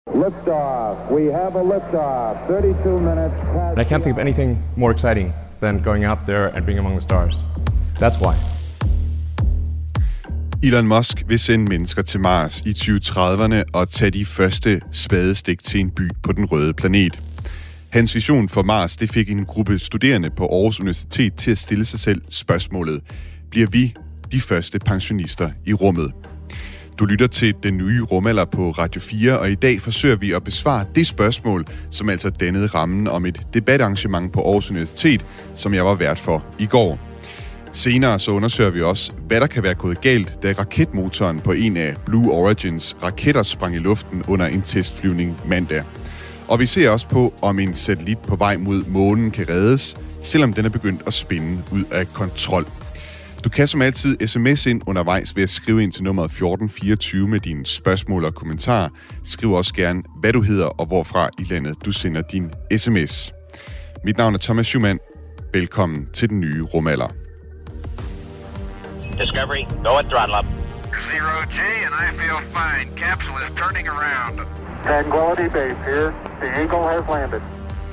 Liftoff. We have a liftoff. 32 minutes past. And I can't think of anything more exciting than going out there and being among the stars. That's why. Elon Musk vil sende mennesker til Mars i 2030'erne og tage de første spadestik til en by på den røde planet. Hans vision for Mars, det fik en gruppe studerende på Aarhus Universitet til at stille sig selv spørgsmålet: bliver vi de første pensionister i rummet? Du lytter til Den Nye Rumalder på Radio 4, og i dag forsøger vi at besvare det spørgsmål, som altså dannede rammen om et debatarrangement på Aarhus Universitet, som jeg var vært for i går. Senere så undersøger vi også, hvad der kan være gået galt, da raketmotoren på en af Blue Origins raketter sprang i luften under en testflyvning mandag. Og vi ser også på, om en satellit på vej mod månen kan reddes, selvom den er begyndt at spinde ud af kontrol. Du kan som altid sms ind undervejs ved at skrive ind til nummeret 1424 med dine spørgsmål og kommentarer. Skriv også gerne, hvad du hedder og hvorfra i landet du sender din sms. Mit navn er Thomas Schumann. Velkommen til Den Nye Rumalder. Discovery, go at throttle up. 0G, and I feel fine. Capsule is turning around. Tranquility Base here. The Eagle has landed.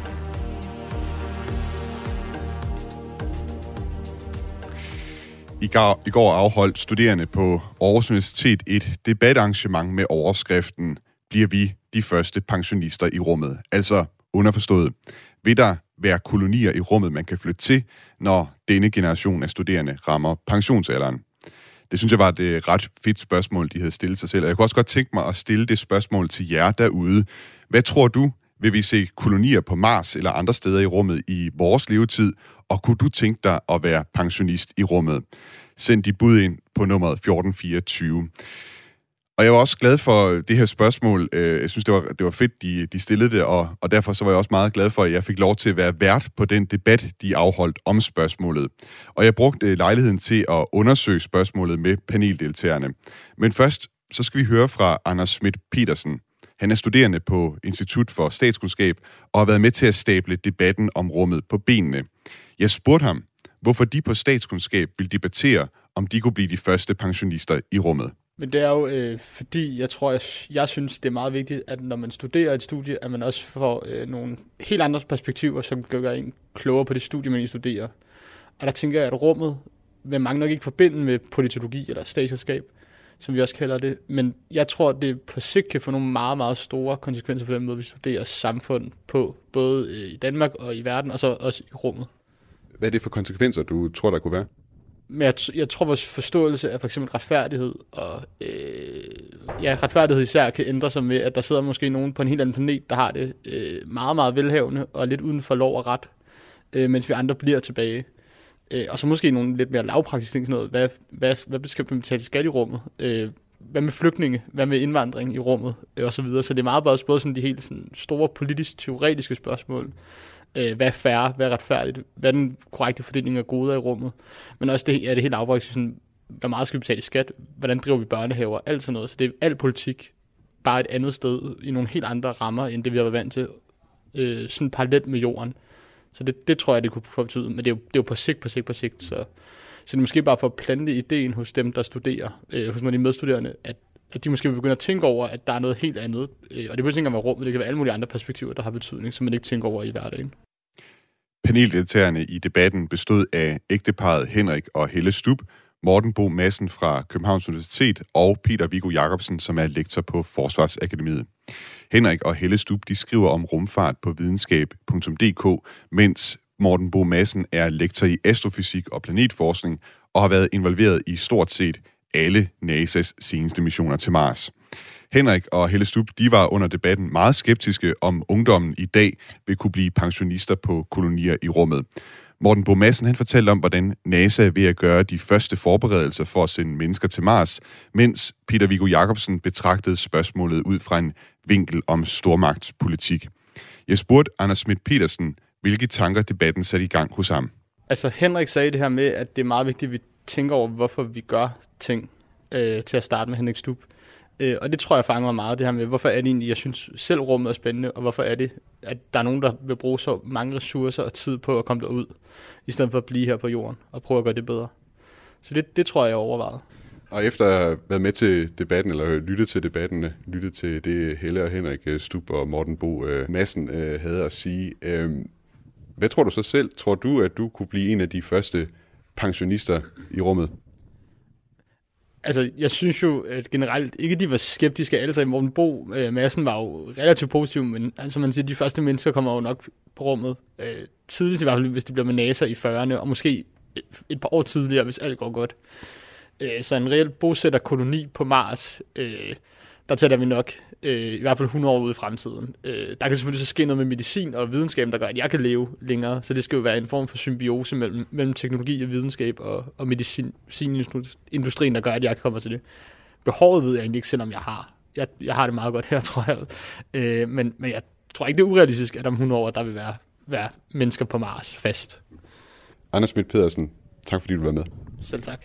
I går afholdt studerende på Aarhus Universitet et debatarrangement med overskriften: bliver vi de første pensionister i rummet? Altså underforstået, vil der være kolonier i rummet, man kan flytte til, når denne generation af studerende rammer pensionsalderen? Det synes jeg var et ret fedt spørgsmål, de havde stillet sig selv. Og jeg kunne også godt tænke mig at stille det spørgsmål til jer derude. Hvad tror du, vil vi se kolonier på Mars eller andre steder i rummet i vores levetid? Og kunne du tænke dig at være pensionist i rummet? Send dit bud ind på nummeret 1424. Og jeg var også glad for det her spørgsmål. Jeg synes, det var fedt, de stillede det, og derfor så var jeg også meget glad for, at jeg fik lov til at være vært på den debat, de afholdt om spørgsmålet. Og jeg brugte lejligheden til at undersøge spørgsmålet med paneldeltagerne. Men først, så skal vi høre fra Anders Schmidt Petersen. Han er studerende på Institut for Statskundskab og har været med til at stable debatten om rummet på benene. Jeg spurgte ham, hvorfor de på statskundskab vil debattere, om de kunne blive de første pensionister i rummet. Men det er jo fordi, jeg synes, det er meget vigtigt, at når man studerer et studie, at man også får nogle helt andre perspektiver, som kan gøre en klogere på det studie, man studerer. Og der tænker jeg, at rummet vil mange nok ikke forbinde med politologi eller statskundskab, som vi også kalder det. Men jeg tror, at det på sigt kan få nogle meget, meget store konsekvenser for den måde, vi studerer samfund på, både i Danmark og i verden, og så også i rummet. Hvad er det for konsekvenser, du tror, der kunne være? Men jeg tror, vores forståelse af for eksempel retfærdighed, og retfærdighed især kan ændre sig med, at der sidder måske nogen på en helt anden planet, der har det meget, meget velhavende og lidt uden for lov og ret, mens vi andre bliver tilbage. Og så måske nogle lidt mere lavpraktiske ting, sådan noget. Hvad skal man betale skat i rummet? Hvad med flygtninge? Hvad med indvandring i rummet? Og så videre. Så det er meget både sådan de helt sådan store politisk-teoretiske spørgsmål. Hvad er fair? Hvad er retfærdigt? Hvad er den korrekte fordeling af goder i rummet? Men også det helt afvejst, sådan, hvor meget skal vi betale i skat? Hvordan driver vi børnehaver? Alt sådan noget. Så det er alt politik, bare et andet sted, i nogle helt andre rammer, end det vi har været vant til. Sådan parallelt med jorden. Så det tror jeg, det kunne få betyde. Men det er jo på sigt. Så det er måske bare for at plante ideen hos dem, der studerer, hos nogle af de medstuderende, at de måske vil begynde at tænke over, at der er noget helt andet. Og det behøver ikke at være rummet, det kan være alle mulige andre perspektiver, der har betydning, som man ikke tænker over i hverdagen. Paneldeltagerne i debatten bestod af ægteparret Henrik og Helle Stub, Morten Bo Madsen fra Københavns Universitet og Peter Viggo Jacobsen, som er lektor på Forsvarsakademiet. Henrik og Helle Stub, de skriver om rumfart på videnskab.dk, mens Morten Bo Madsen er lektor i astrofysik og planetforskning og har været involveret i stort set alle NASA's seneste missioner til Mars. Henrik og Helle Stub, de var under debatten meget skeptiske, om ungdommen i dag vil kunne blive pensionister på kolonier i rummet. Morten Bo Madsen, han fortalte om, hvordan NASA er ved at gøre de første forberedelser for at sende mennesker til Mars, mens Peter Viggo Jacobsen betragtede spørgsmålet ud fra en vinkel om stormagtspolitik. Jeg spurgte Anders Schmidt Petersen, hvilke tanker debatten satte i gang hos ham. Altså Henrik sagde det her med, at det er meget vigtigt, at vi tænker over, hvorfor vi gør ting til at starte med Henrik Stub. Og det tror jeg fanger mig meget, det her med, hvorfor er det egentlig, jeg synes selv rummet er spændende, og hvorfor er det, at der er nogen, der vil bruge så mange ressourcer og tid på at komme derud, i stedet for at blive her på jorden og prøve at gøre det bedre. Så det tror jeg overvejet. Og efter at have været med til debatten, eller lyttet til debatten, lyttet til det Helle og Henrik Stub og Morten Bo Madsen havde at sige, hvad tror du så selv? Tror du, at du kunne blive en af de første pensionister i rummet? Altså, jeg synes jo at generelt ikke, de var skeptiske alle sammen. Morten Bo Madsen var jo relativt positiv, men altså man siger, de første mennesker kommer jo nok på rummet. Tidligst i hvert fald, hvis de bliver med NASA i 40'erne, og måske et par år tidligere, hvis alt går godt. Så en reel bosætterkoloni på Mars, der tæller vi nok i hvert fald 100 år ude i fremtiden. Der kan selvfølgelig så ske noget med medicin og videnskab, der gør, at jeg kan leve længere. Så det skal jo være en form for symbiose mellem teknologi og videnskab og medicinindustrien, der gør, at jeg kan komme til det. Behovet ved jeg egentlig ikke, selvom jeg har. Jeg har det meget godt her, tror jeg. Men jeg tror ikke, det er urealistisk, at om 100 år, der vil være mennesker på Mars fast. Anders Schmidt Pedersen, tak fordi du var med. Selv tak.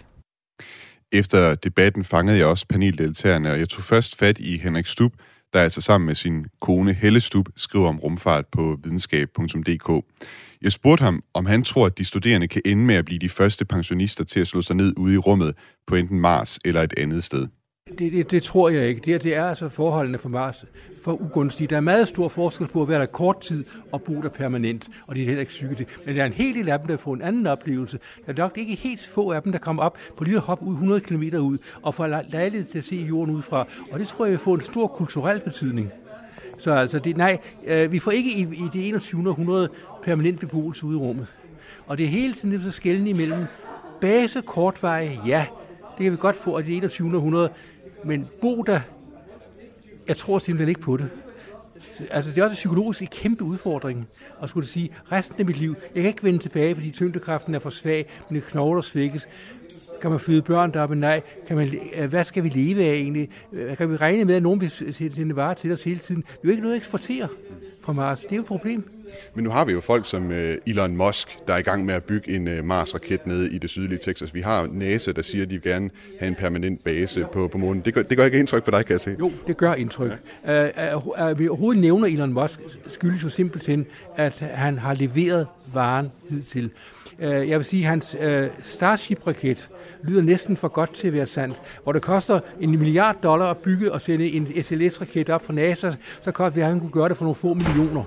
Efter debatten fangede jeg også paneldeltagerne, og jeg tog først fat i Henrik Stub, der altså sammen med sin kone Helle Stub skriver om rumfart på videnskab.dk. Jeg spurgte ham, om han tror, at de studerende kan ende med at blive de første pensionister til at slå sig ned ude i rummet på enten Mars eller et andet sted. Det tror jeg ikke. Det er altså forholdene på Mars for ugunstige. Der er meget stor forskel på at være der kort tid og bo der permanent, og det er heller ikke psyke til. Men der er en hel del af dem, der får en anden oplevelse. Der er nok ikke helt få af dem, der kommer op på lille hop ud 100 km ud og får lejlighed til at se jorden udefra. Og det tror jeg vil få en stor kulturel betydning. Så altså, vi får ikke i det 21. århundrede permanent beboelse ude i rummet. Og det er hele tiden så skelne imellem base, kortveje, ja, det kan vi godt få i det 21. århundrede, men bo der, jeg tror simpelthen ikke på det. Altså, det er også psykologisk en kæmpe udfordring, at skulle sige, resten af mit liv, jeg kan ikke vende tilbage, fordi tyngdekraften er for svag, mine knogler svækkes. Kan man føde børn deroppe? Nej. Hvad skal vi leve af egentlig? Kan vi regne med, at nogen vil sende varer til os hele tiden? Vi har jo ikke noget at eksportere fra Mars. Det er jo et problem. Men nu har vi jo folk som Elon Musk, der er i gang med at bygge en Mars-raket nede i det sydlige Texas. Vi har NASA, der siger, at de vil gerne have en permanent base på månen. Det gør ikke indtryk på dig, kan jeg se? Jo, det gør indtryk. Vi overhovedet nævner Elon Musk skyldes jo simpelthen, at han har leveret varen hidtil. Jeg vil sige, at hans Starship-raket lyder næsten for godt til at være sandt. Hvor det koster $1 milliard at bygge og sende en SLS-raket op fra NASA, så koster det, at han kunne gøre det for nogle få millioner.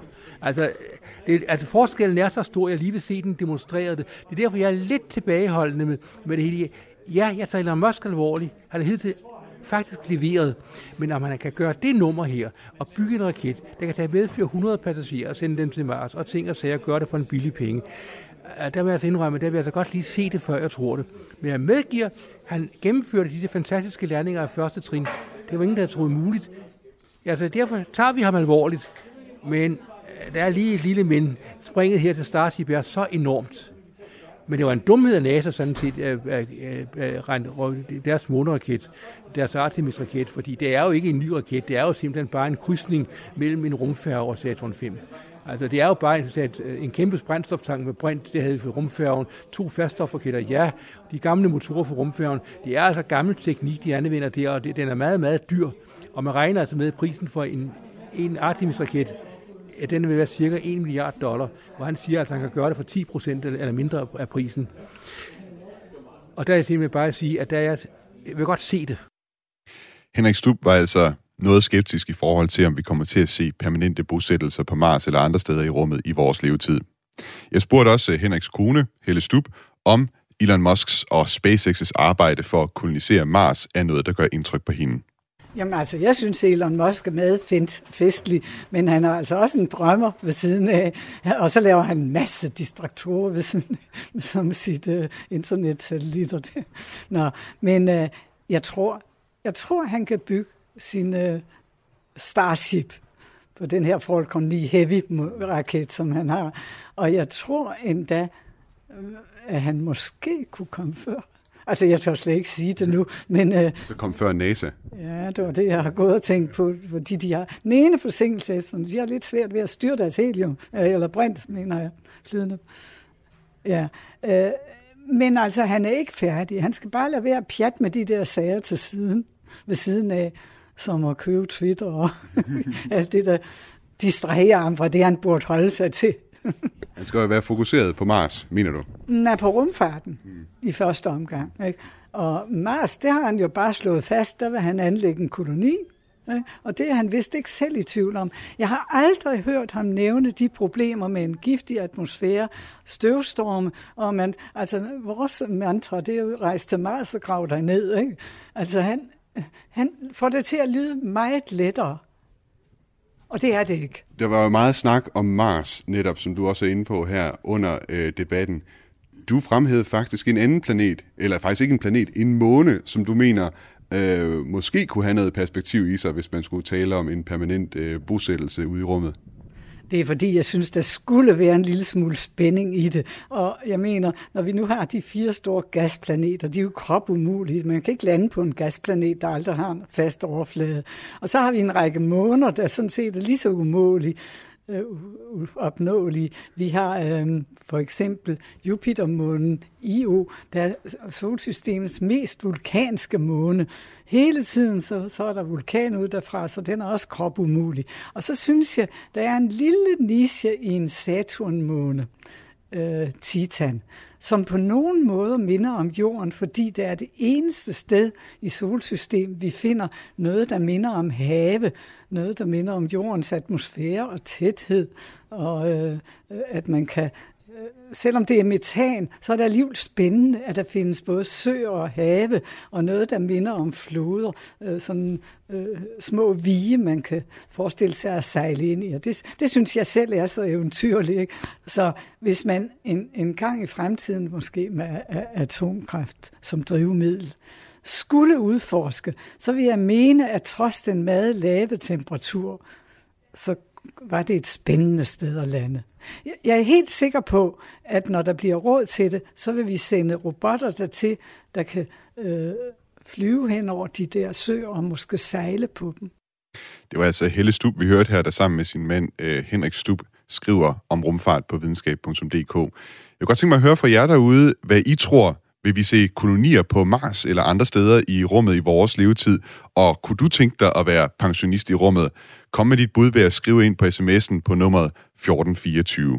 Altså forskellen er så stor, jeg lige vil se den demonstreret det. Det er derfor, jeg er lidt tilbageholdende med det hele. Ja, jeg tager Elon Musk alvorligt. Han er hidtil faktisk leveret. Men om man kan gøre det nummer her, og bygge en raket, der kan tage medføre 100 passagerer og sende dem til Mars, og ting og sager, gøre det for en billig penge. Der vil jeg altså indrømme, der vil jeg altså godt lige se det, før jeg tror det. Men jeg medgiver, han gennemførte de fantastiske lærninger af første trin. Det var ingen, der havde troet muligt. Altså, derfor tager vi ham alvorligt. Men der er lige et lille men. Springet her til Starship er så enormt. Men det var en dumhed af NASA sådan set, deres måneraket, deres Artemis-raket, fordi det er jo ikke en ny raket, det er jo simpelthen bare en krydsning mellem en rumfærge og Saturn V. Altså det er jo bare en kæmpe brændstoftank med brint, det havde vi for rumfærgen, 2 faststofraketter, ja, de gamle motorer for rumfærgen, det er altså gammel teknik, de anvender der, og den er meget, meget dyr, og man regner altså med prisen for en Artemis-raket, den vil være cirka $1 milliard, hvor han siger, at han kan gøre det for 10% eller mindre af prisen. Og der er jeg simpelthen bare at sige, at jeg vil godt se det. Henrik Stub var altså noget skeptisk i forhold til, om vi kommer til at se permanente bosættelser på Mars eller andre steder i rummet i vores levetid. Jeg spurgte også Henriks kone, Helle Stub, om Elon Musks og SpaceX's arbejde for at kolonisere Mars er noget, der gør indtryk på hende. Jamen altså, jeg synes, Elon Musk er meget festlig, men han er altså også en drømmer ved siden af, og så laver han en masse distraktorer ved siden af, som sit internetsatellitter. Nå, men jeg tror, han kan bygge sin Starship på den her Falcon 9 Heavy-raket, som han har, og jeg tror endda, at han måske kunne komme før. Altså, jeg tør slet ikke sige det nu, men... Så kom før NASA. Ja, det var det, jeg har gået og tænkt på, fordi de har... Den ene forsinkelse, de har lidt svært ved at styre deres helium, eller brint, mener jeg, flydende. Ja, men altså, han er ikke færdig. Han skal bare lade være at pjatte med de der sager til siden, ved siden af, som at købe Twitter og alt det, der distraherer ham fra det, han burde holde sig til. Han skal jo være fokuseret på Mars, mener du? Nej, på rumfarten i første omgang. Ikke? Og Mars, det har han jo bare slået fast, der vil han anlægge en koloni. Og det er han vist ikke selv i tvivl om. Jeg har aldrig hørt ham nævne de problemer med en giftig atmosfære, støvstorme, og vores mantra, det er jo rejse til Mars og grave dig ned. Ikke? Altså han får det til at lyde meget lettere. Og det er det ikke. Der var jo meget snak om Mars, netop som du også er inde på her under debatten. Du fremhævede faktisk en anden planet, eller faktisk ikke en planet, en måne, som du mener måske kunne have noget perspektiv i sig, hvis man skulle tale om en permanent bosættelse ude i rummet. Det er fordi, jeg synes, der skulle være en lille smule spænding i det. Og jeg mener, når vi nu har de 4 store gasplaneter, de er jo kropumulige. Man kan ikke lande på en gasplanet, der aldrig har en fast overflade. Og så har vi en række måner, der sådan set er lige så uopnåelige. Vi har for eksempel Jupitermånen Io, der er solsystemets mest vulkanske måne. Hele tiden så er der vulkan ud derfra, så den er også kropumulig. Og så synes jeg, der er en lille niche i en Saturnmåne, Titan, som på nogen måde minder om jorden, fordi det er det eneste sted i solsystemet, vi finder noget, der minder om have, noget, der minder om jordens atmosfære og tæthed, og at man kan, selvom det er metan, så er det alligevel spændende, at der findes både søer og have, og noget, der minder om floder, sådan små vige, man kan forestille sig at sejle ind i. Og det synes jeg selv er så eventyrligt. Ikke? Så hvis man en gang i fremtiden, måske med atomkraft som drivmiddel, skulle udforske, så vil jeg mene, at trods den meget lave temperatur, så var det et spændende sted at lande. Jeg er helt sikker på, at når der bliver råd til det, så vil vi sende robotter dertil, der kan flyve hen over de der søer og måske sejle på dem. Det var altså Helle Stub, vi hørte her, der sammen med sin mand Henrik Stub skriver om rumfart på videnskab.dk. Jeg kunne godt tænke mig at høre fra jer derude, hvad I tror. Vil vi se kolonier på Mars eller andre steder i rummet i vores levetid? Og kunne du tænke dig at være pensionist i rummet? Kom med dit bud ved at skrive ind på sms'en på nummeret 1424.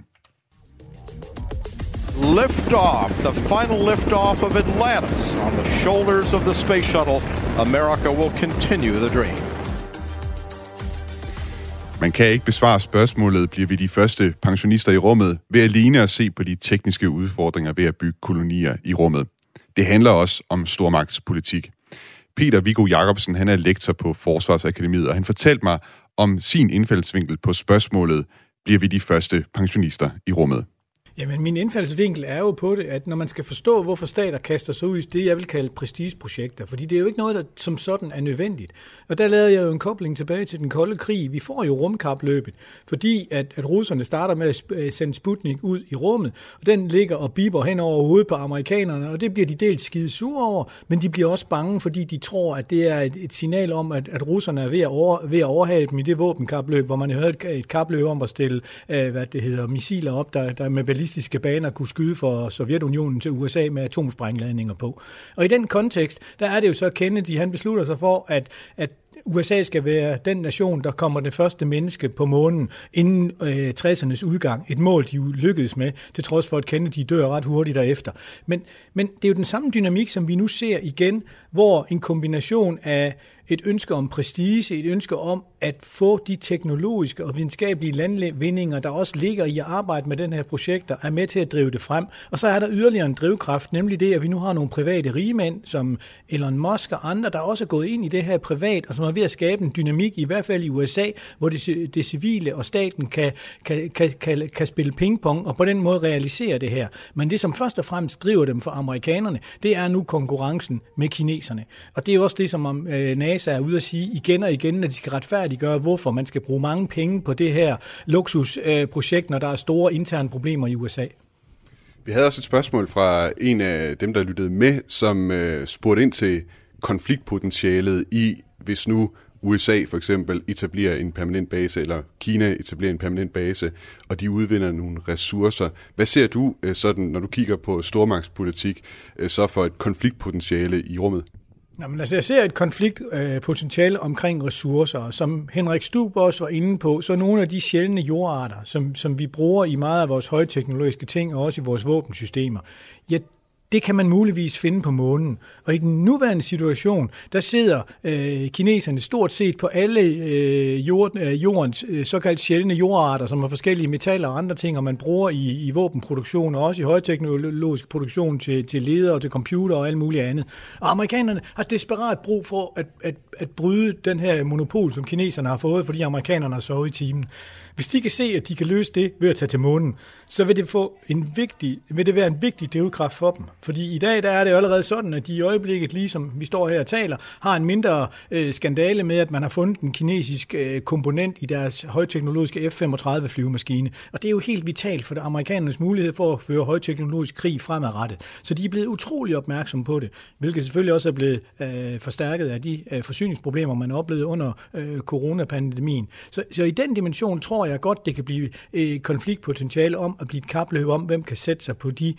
Lift off, the final lift off of Atlantis on the shoulders of the space shuttle. America will continue the dream. Man kan ikke besvare spørgsmålet, bliver vi de første pensionister i rummet, ved alene at se på de tekniske udfordringer ved at bygge kolonier i rummet. Det handler også om stormagtspolitik. Peter Viggo Jacobsen, han er lektor på Forsvarsakademiet, og han fortalte mig om sin indfaldsvinkel på spørgsmålet, bliver vi de første pensionister i rummet. Jamen, min indfaldsvinkel er jo på det, at når man skal forstå, hvorfor stater kaster sig ud i det, jeg vil kalde prestigeprojekter, fordi det er jo ikke noget, der som sådan er nødvendigt. Og der lavede jeg jo en kobling tilbage til den kolde krig. Vi får jo rumkapløbet, fordi at russerne starter med at sende Sputnik ud i rummet, og den ligger og biber hen over hovedet på amerikanerne, og det bliver de dels skide sure over, men de bliver også bange, fordi de tror, at det er et signal om, at russerne er ved at overhale dem i det våbenkapløb, hvor man havde et kapløb om at stille missiler op, der med ballistiske baner kunne skyde for Sovjetunionen til USA med atomsprængladninger på. Og i den kontekst, der er det jo så, Kennedy, han beslutter sig for, at USA skal være den nation, der kommer det første menneske på månen inden 60'ernes udgang. Et mål, de jo lykkedes med, til trods for, at Kennedy dør ret hurtigt derefter. Men det er jo den samme dynamik, som vi nu ser igen, hvor en kombination af et ønske om prestige, et ønske om at få de teknologiske og videnskabelige landvindinger, der også ligger i at arbejde med den her projekter, er med til at drive det frem. Og så er der yderligere en drivkraft, nemlig det, at vi nu har nogle private rigmænd, som Elon Musk og andre, der også er gået ind i det her privat, og som er ved at skabe en dynamik, i hvert fald i USA, hvor det civile og staten kan spille pingpong, og på den måde realisere det her. Men det, som først og fremmest driver dem for amerikanerne, det er nu konkurrencen med kineserne. Og det er også det, som NASA er ude at sige igen og igen, at de skal retfærdiggøre, hvorfor man skal bruge mange penge på det her luksusprojekt, når der er store interne problemer i USA. Vi havde også et spørgsmål fra en af dem, der lyttede med, som spurgte ind til konfliktpotentialet i, hvis nu USA for eksempel etablerer en permanent base, eller Kina etablerer en permanent base, og de udvinder nogle ressourcer. Hvad ser du sådan, når du kigger på stormagtspolitik, så for et konfliktpotentiale i rummet? Jamen, altså, jeg ser et konfliktpotentiale omkring ressourcer, som Henrik Stub også var inde på, så nogle af de sjældne jordarter, som vi bruger i meget af vores højteknologiske ting, og også i vores våbensystemer, ja, Det kan man muligvis finde på månen. Og i den nuværende situation, der sidder kineserne stort set på alle jordens såkaldt sjældne jordarter, som er forskellige metaller og andre ting, og man bruger i våbenproduktion og også i højteknologisk produktion til ledere og til computer og alt muligt andet. Og amerikanerne har desperat brug for at bryde den her monopol, som kineserne har fået, fordi amerikanerne har sovet i timen. Hvis de kan se, at de kan løse det ved at tage til månen, så vil det være en vigtig drivkraft for dem. Fordi i dag der er det jo allerede sådan, at de i øjeblikket, ligesom vi står her og taler, har en mindre skandale med, at man har fundet en kinesisk komponent i deres højteknologiske F-35 flyvemaskine. Og det er jo helt vitalt for amerikanernes mulighed for at føre højteknologisk krig fremadrettet. Så de er blevet utrolig opmærksomme på det, hvilket selvfølgelig også er blevet forstærket af de forsyningsproblemer, man oplevede under coronapandemien. Så i den dimension tror jeg godt, det kan blive konfliktpotentiale om at blive et kapløb om, hvem kan sætte sig på de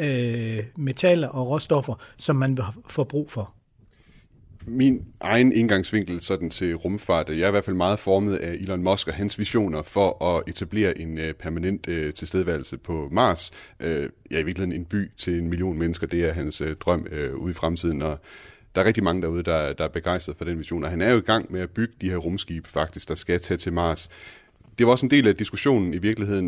metaller og råstoffer, som man får brug for. Min egen indgangsvinkel sådan til rumfart, jeg er i hvert fald meget formet af Elon Musk og hans visioner for at etablere en permanent tilstedeværelse på Mars. I virkeligheden en by til 1 million mennesker, det er hans drøm ude i fremtiden, og der er rigtig mange derude, der er begejstret for den vision, og han er jo i gang med at bygge de her rumskibe faktisk, der skal tage til Mars. Det var også en del af diskussionen i virkeligheden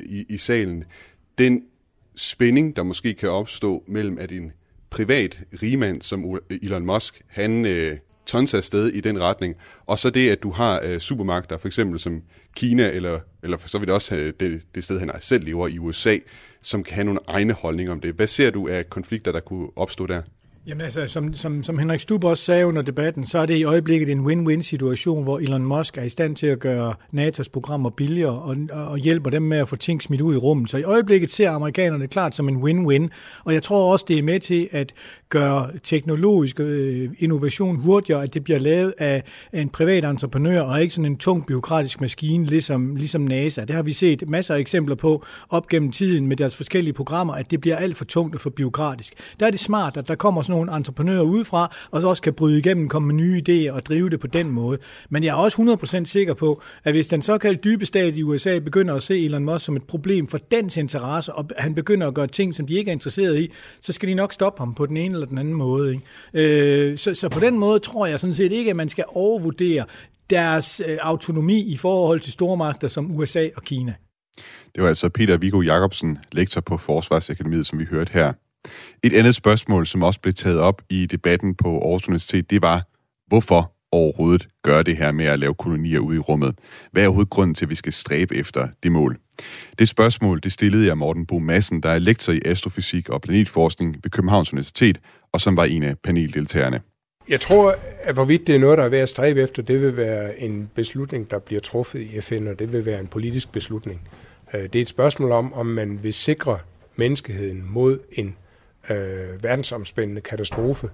i salen. Den spænding, der måske kan opstå mellem, at en privat rigmand som Elon Musk, han tonser afsted i den retning, og så det, at du har supermagter, for eksempel som Kina, eller for så vidt også det sted, han selv lever i USA, som kan have nogle egne holdninger om det. Hvad ser du af konflikter, der kunne opstå der? Jamen altså, som Henrik Stub også sagde under debatten, så er det i øjeblikket en win-win-situation, hvor Elon Musk er i stand til at gøre NATO's programmer billigere og hjælper dem med at få ting smidt ud i rummet. Så i øjeblikket ser amerikanerne klart som en win-win, og jeg tror også, det er med til at gøre teknologisk innovation hurtigere, at det bliver lavet af en privat entreprenør og ikke sådan en tung bureaukratisk maskine, ligesom NASA. Det har vi set masser af eksempler på op gennem tiden med deres forskellige programmer, at det bliver alt for tungt og for bureaukratisk. Der er det smart, at der kommer sådan nogle entreprenører udefra, og så også kan bryde igennem, komme med nye idéer og drive det på den måde. Men jeg er også 100% sikker på, at hvis den såkaldte dybe stat i USA begynder at se Elon Musk som et problem for dens interesse, og han begynder at gøre ting, som de ikke er interesseret i, så skal de nok stoppe ham på den ene eller den anden måde. Ikke? Så på den måde tror jeg sådan set ikke, at man skal overvurdere deres autonomi i forhold til stormagter som USA og Kina. Det var altså Peter Viggo Jacobsen, lektor på Forsvarsakademiet, som vi hørte her. Et andet spørgsmål, som også blev taget op i debatten på Aarhus Universitet, det var, hvorfor overhovedet gøre det her med at lave kolonier ude i rummet? Hvad er overhovedet grunden til, at vi skal stræbe efter det mål? Det spørgsmål, det stillede jeg Morten Bo Madsen, der er lektor i astrofysik og planetforskning ved Københavns Universitet, og som var en af paneldeltagerne. Jeg tror, at hvorvidt det er noget, der er ved at stræbe efter, det vil være en beslutning, der bliver truffet i FN, og det vil være en politisk beslutning. Det er et spørgsmål om man vil sikre menneskeheden mod en verdensomspændende katastrofe.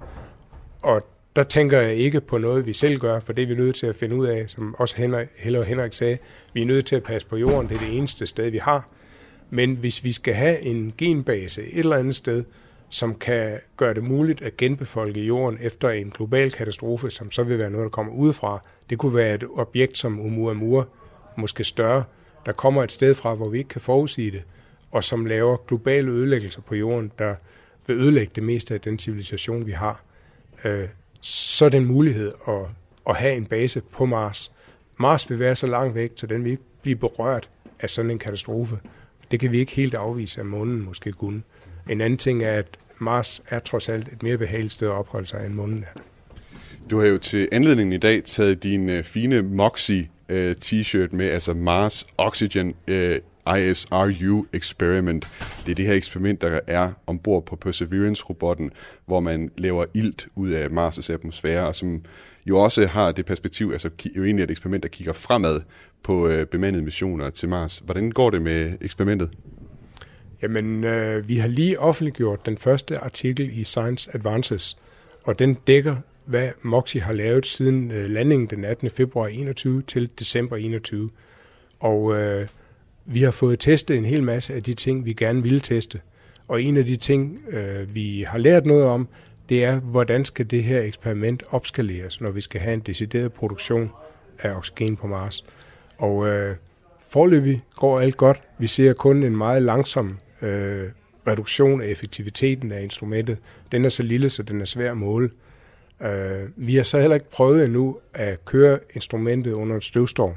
Og der tænker jeg ikke på noget, vi selv gør, for det er vi nødt til at finde ud af, som også Henrik sagde. Vi er nødt til at passe på jorden, det er det eneste sted, vi har. Men hvis vi skal have en genbase et eller andet sted, som kan gøre det muligt at genbefolke jorden efter en global katastrofe, som så vil være noget, der kommer udefra. Det kunne være et objekt som Oumuamua, måske større, der kommer et sted fra, hvor vi ikke kan forudsige det, og som laver globale ødelæggelser på jorden, der vil ødelægge det meste af den civilisation, vi har. Så er det en mulighed at have en base på Mars. Mars vil være så langt væk, så den vil ikke blive berørt af sådan en katastrofe. Det kan vi ikke helt afvise, at månen måske kunne. En anden ting er, at Mars er trods alt et mere behageligt sted at opholde sig end månen er. Du har jo til anledningen i dag taget din fine Moxie t-shirt med, altså Mars Oxygen ISRU Experiment. Det er det her eksperiment, der er ombord på Perseverance-robotten, hvor man laver ilt ud af Mars' atmosfære, og som jo også har det perspektiv, altså jo egentlig et eksperiment, der kigger fremad på bemandede missioner til Mars. Hvordan går det med eksperimentet? Jamen, vi har lige offentliggjort den første artikel i Science Advances, og den dækker, hvad Moxie har lavet siden landingen den 18. februar 21 til december 21. Og vi har fået testet en hel masse af de ting, vi gerne ville teste. Og en af de ting, vi har lært noget om, det er, hvordan skal det her eksperiment opskaleres, når vi skal have en decideret produktion af oxygen på Mars. Og foreløbig går alt godt. Vi ser kun en meget langsom reduktion af effektiviteten af instrumentet, den er så lille, så den er svær at måle. Vi har så heller ikke prøvet endnu at køre instrumentet under en støvstorm.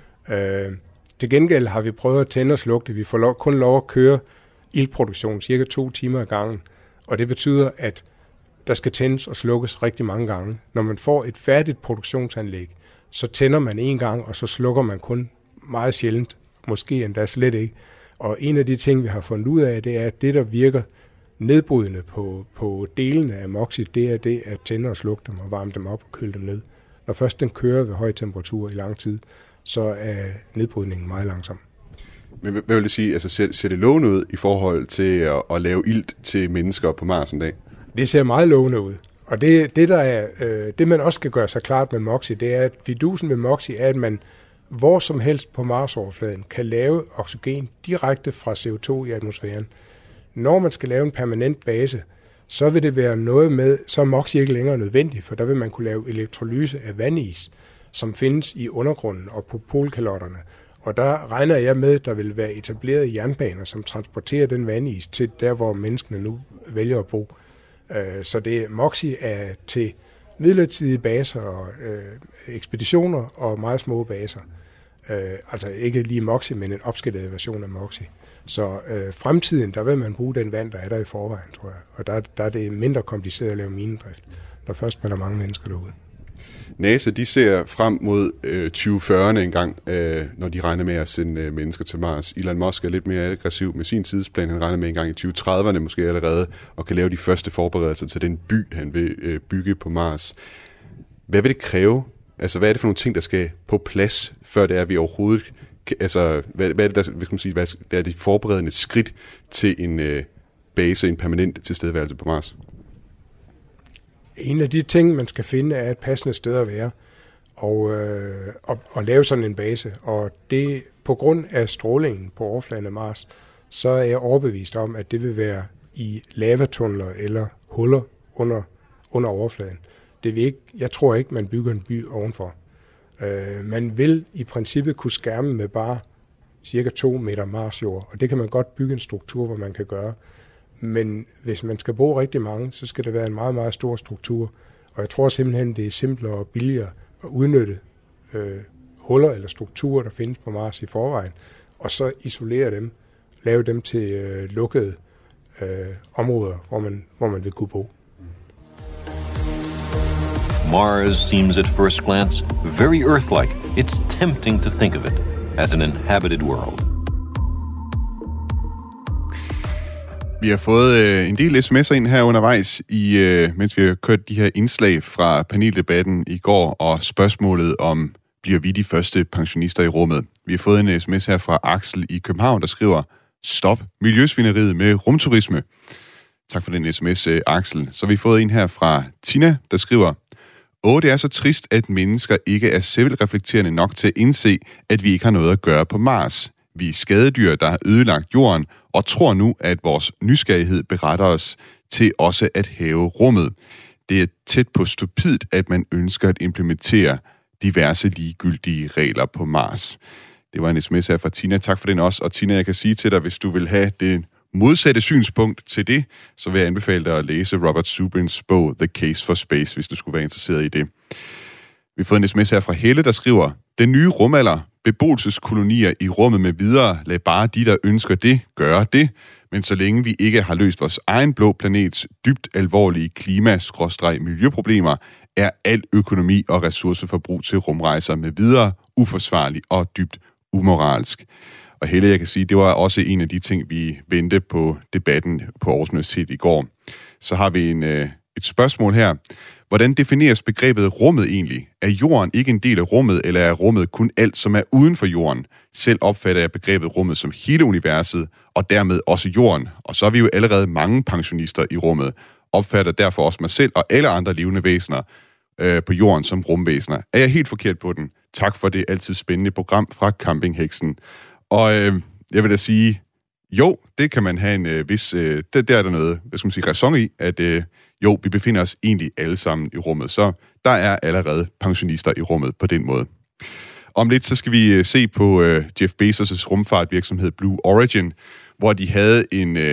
Til gengæld har vi prøvet at tænde og slukke det. Vi får kun lov at køre ildproduktion cirka 2 timer ad gangen, og det betyder, at der skal tændes og slukkes rigtig mange gange. Når man får et færdigt produktionsanlæg, så tænder man en gang, og så slukker man kun meget sjældent, måske endda slet ikke. Og en af de ting, vi har fundet ud af, det er, at det, der virker nedbrydende på delene af Moxie, det er det at tænde og slukke dem og varme dem op og køle dem ned. Når først den kører ved høj temperatur i lang tid, så er nedbrydningen meget langsom. Men hvad vil det sige? Altså ser det lovende ud i forhold til at lave ilt til mennesker på Mars en dag? Det ser meget lovende ud. Og det man også skal gøre sig klart med Moxie, det er, at fidusen ved Moxie er, at man hvor som helst på Mars-overfladen kan lave oxygen direkte fra CO2 i atmosfæren. Når man skal lave en permanent base, så vil det være noget med, så er Moxie ikke længere nødvendig, for der vil man kunne lave elektrolyse af vandis, som findes i undergrunden og på polkalotterne. Og der regner jeg med, at der vil være etableret jernbaner, som transporterer den vandis til der, hvor menneskene nu vælger at bo. Så det Moxie er til midlertidige baser og ekspeditioner og meget små baser. Altså ikke lige Moxie, men en opskaleret version af Moxie. Så fremtiden, der vil man bruge den vand, der er der i forvejen, tror jeg. Og der er det mindre kompliceret at lave minedrift, når først man har mange mennesker derude. NASA, de ser frem mod 2040'erne engang, når de regner med at sende mennesker til Mars. Elon Musk er lidt mere aggressiv med sin tidsplan. Han regner med engang i 2030'erne måske allerede, og kan lave de første forberedelser til den by, han vil bygge på Mars. Hvad vil det kræve? Altså, hvad er det for nogle ting, der skal på plads, før det er, vi overhovedet... Altså, hvad er det, hvad skal man sige, hvad er det forberedende skridt til en base, en permanent tilstedeværelse på Mars? En af de ting, man skal finde, er et passende sted at være og lave sådan en base. Og det på grund af strålingen på overfladen af Mars, så er jeg overbevist om, at det vil være i lavatunneler eller huller under overfladen. Jeg tror ikke, man bygger en by ovenfor. Man vil i princippet kunne skærme med bare cirka 2 meter Marsjord, og det kan man godt bygge en struktur, hvor man kan gøre. Men hvis man skal bruge rigtig mange, så skal det være en meget, meget stor struktur. Og jeg tror simpelthen, det er simplere og billigere at udnytte huller eller strukturer, der findes på Mars i forvejen, og så isolere dem, lave dem til lukkede områder, hvor man vil kunne bo. Mars seems at first glance very Earth-like. It's tempting to think of it as an inhabited world. Vi har fået en del sms'er ind her undervejs, mens vi har kørt de her indslag fra paneldebatten i går, og spørgsmålet om, bliver vi de første pensionister i rummet? Vi har fået en sms her fra Axel i København, der skriver, stop miljøsvineriet med rumturisme. Tak for den sms, Axel. Så har vi fået en her fra Tina, der skriver, det er så trist, at mennesker ikke er selvreflekterende nok til at indse, at vi ikke har noget at gøre på Mars. Vi er skadedyr, der har ødelagt jorden, og tror nu, at vores nysgerrighed beretter os til også at have rummet. Det er tæt på stupidt, at man ønsker at implementere diverse ligegyldige regler på Mars. Det var en sms her fra Tina. Tak for den også. Og Tina, jeg kan sige til dig, hvis du vil have det modsatte synspunkt til det, så vil jeg anbefale dig at læse Robert Zubrins bog The Case for Space, hvis du skulle være interesseret i det. Vi har fået en sms her fra Helle, der skriver, den nye rumalder, beboelseskolonier i rummet med videre, lad bare de, der ønsker det, gøre det, men så længe vi ikke har løst vores egen blå planets dybt alvorlige klima-miljøproblemer, er al økonomi og ressourceforbrug til rumrejser med videre uforsvarlig og dybt umoralsk. Og Helle, jeg kan sige, det var også en af de ting, vi vendte på debatten på Aarhus Universitet i går. Så har vi et spørgsmål her. Hvordan defineres begrebet rummet egentlig? Er jorden ikke en del af rummet, eller er rummet kun alt, som er uden for jorden? Selv opfatter jeg begrebet rummet som hele universet, og dermed også jorden. Og så er vi jo allerede mange pensionister i rummet. Opfatter derfor også mig selv og alle andre levende væsener på jorden som rumvæsener. Er jeg helt forkert på den? Tak for det altid spændende program fra Campingheksen. Og jeg vil da sige, jo, det kan man have en vis... der er der noget, hvad skal man sige, ræson i, at jo, vi befinder os egentlig alle sammen i rummet. Så der er allerede pensionister i rummet på den måde. Om lidt, så skal vi se på Jeff Bezos' rumfartvirksomhed Blue Origin, hvor de havde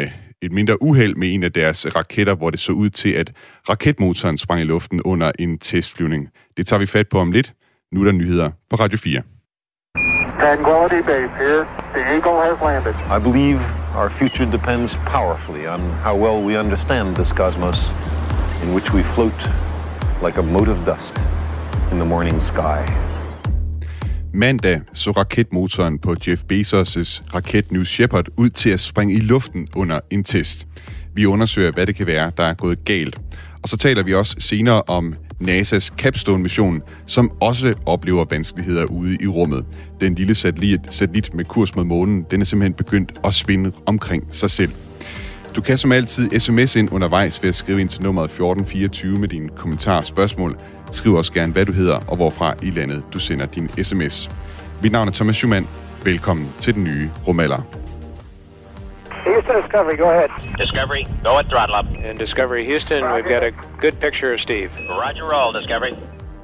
et mindre uheld med en af deres raketter, hvor det så ud til, at raketmotoren sprang i luften under en testflyvning. Det tager vi fat på om lidt. Nu er der nyheder på Radio 4. Tranquility Base here. The Eagle has landed. I believe our future depends powerfully on how well we understand this cosmos in which we float like a mote of dust in the morning sky. Mandag så raketmotoren på Jeff Bezos' raket New Shepard ud til at springe i luften under en test. Vi undersøger, hvad det kan være, der er gået galt. Og så taler vi også senere om NASA's Capstone-mission, som også oplever vanskeligheder ude i rummet. Den lille satellit med kurs mod månen, den er simpelthen begyndt at spinde omkring sig selv. Du kan som altid sms ind undervejs ved at skrive ind til nummeret 1424 med dine kommentarer og spørgsmål. Skriv også gerne, hvad du hedder og hvorfra i landet du sender din sms. Mit navn er Thomas Schumann. Velkommen til den nye rumalder. Houston Discovery, go ahead. Discovery, go at throttle up. And Discovery Houston, we've got a good picture of Steve. Roger, roll, Discovery.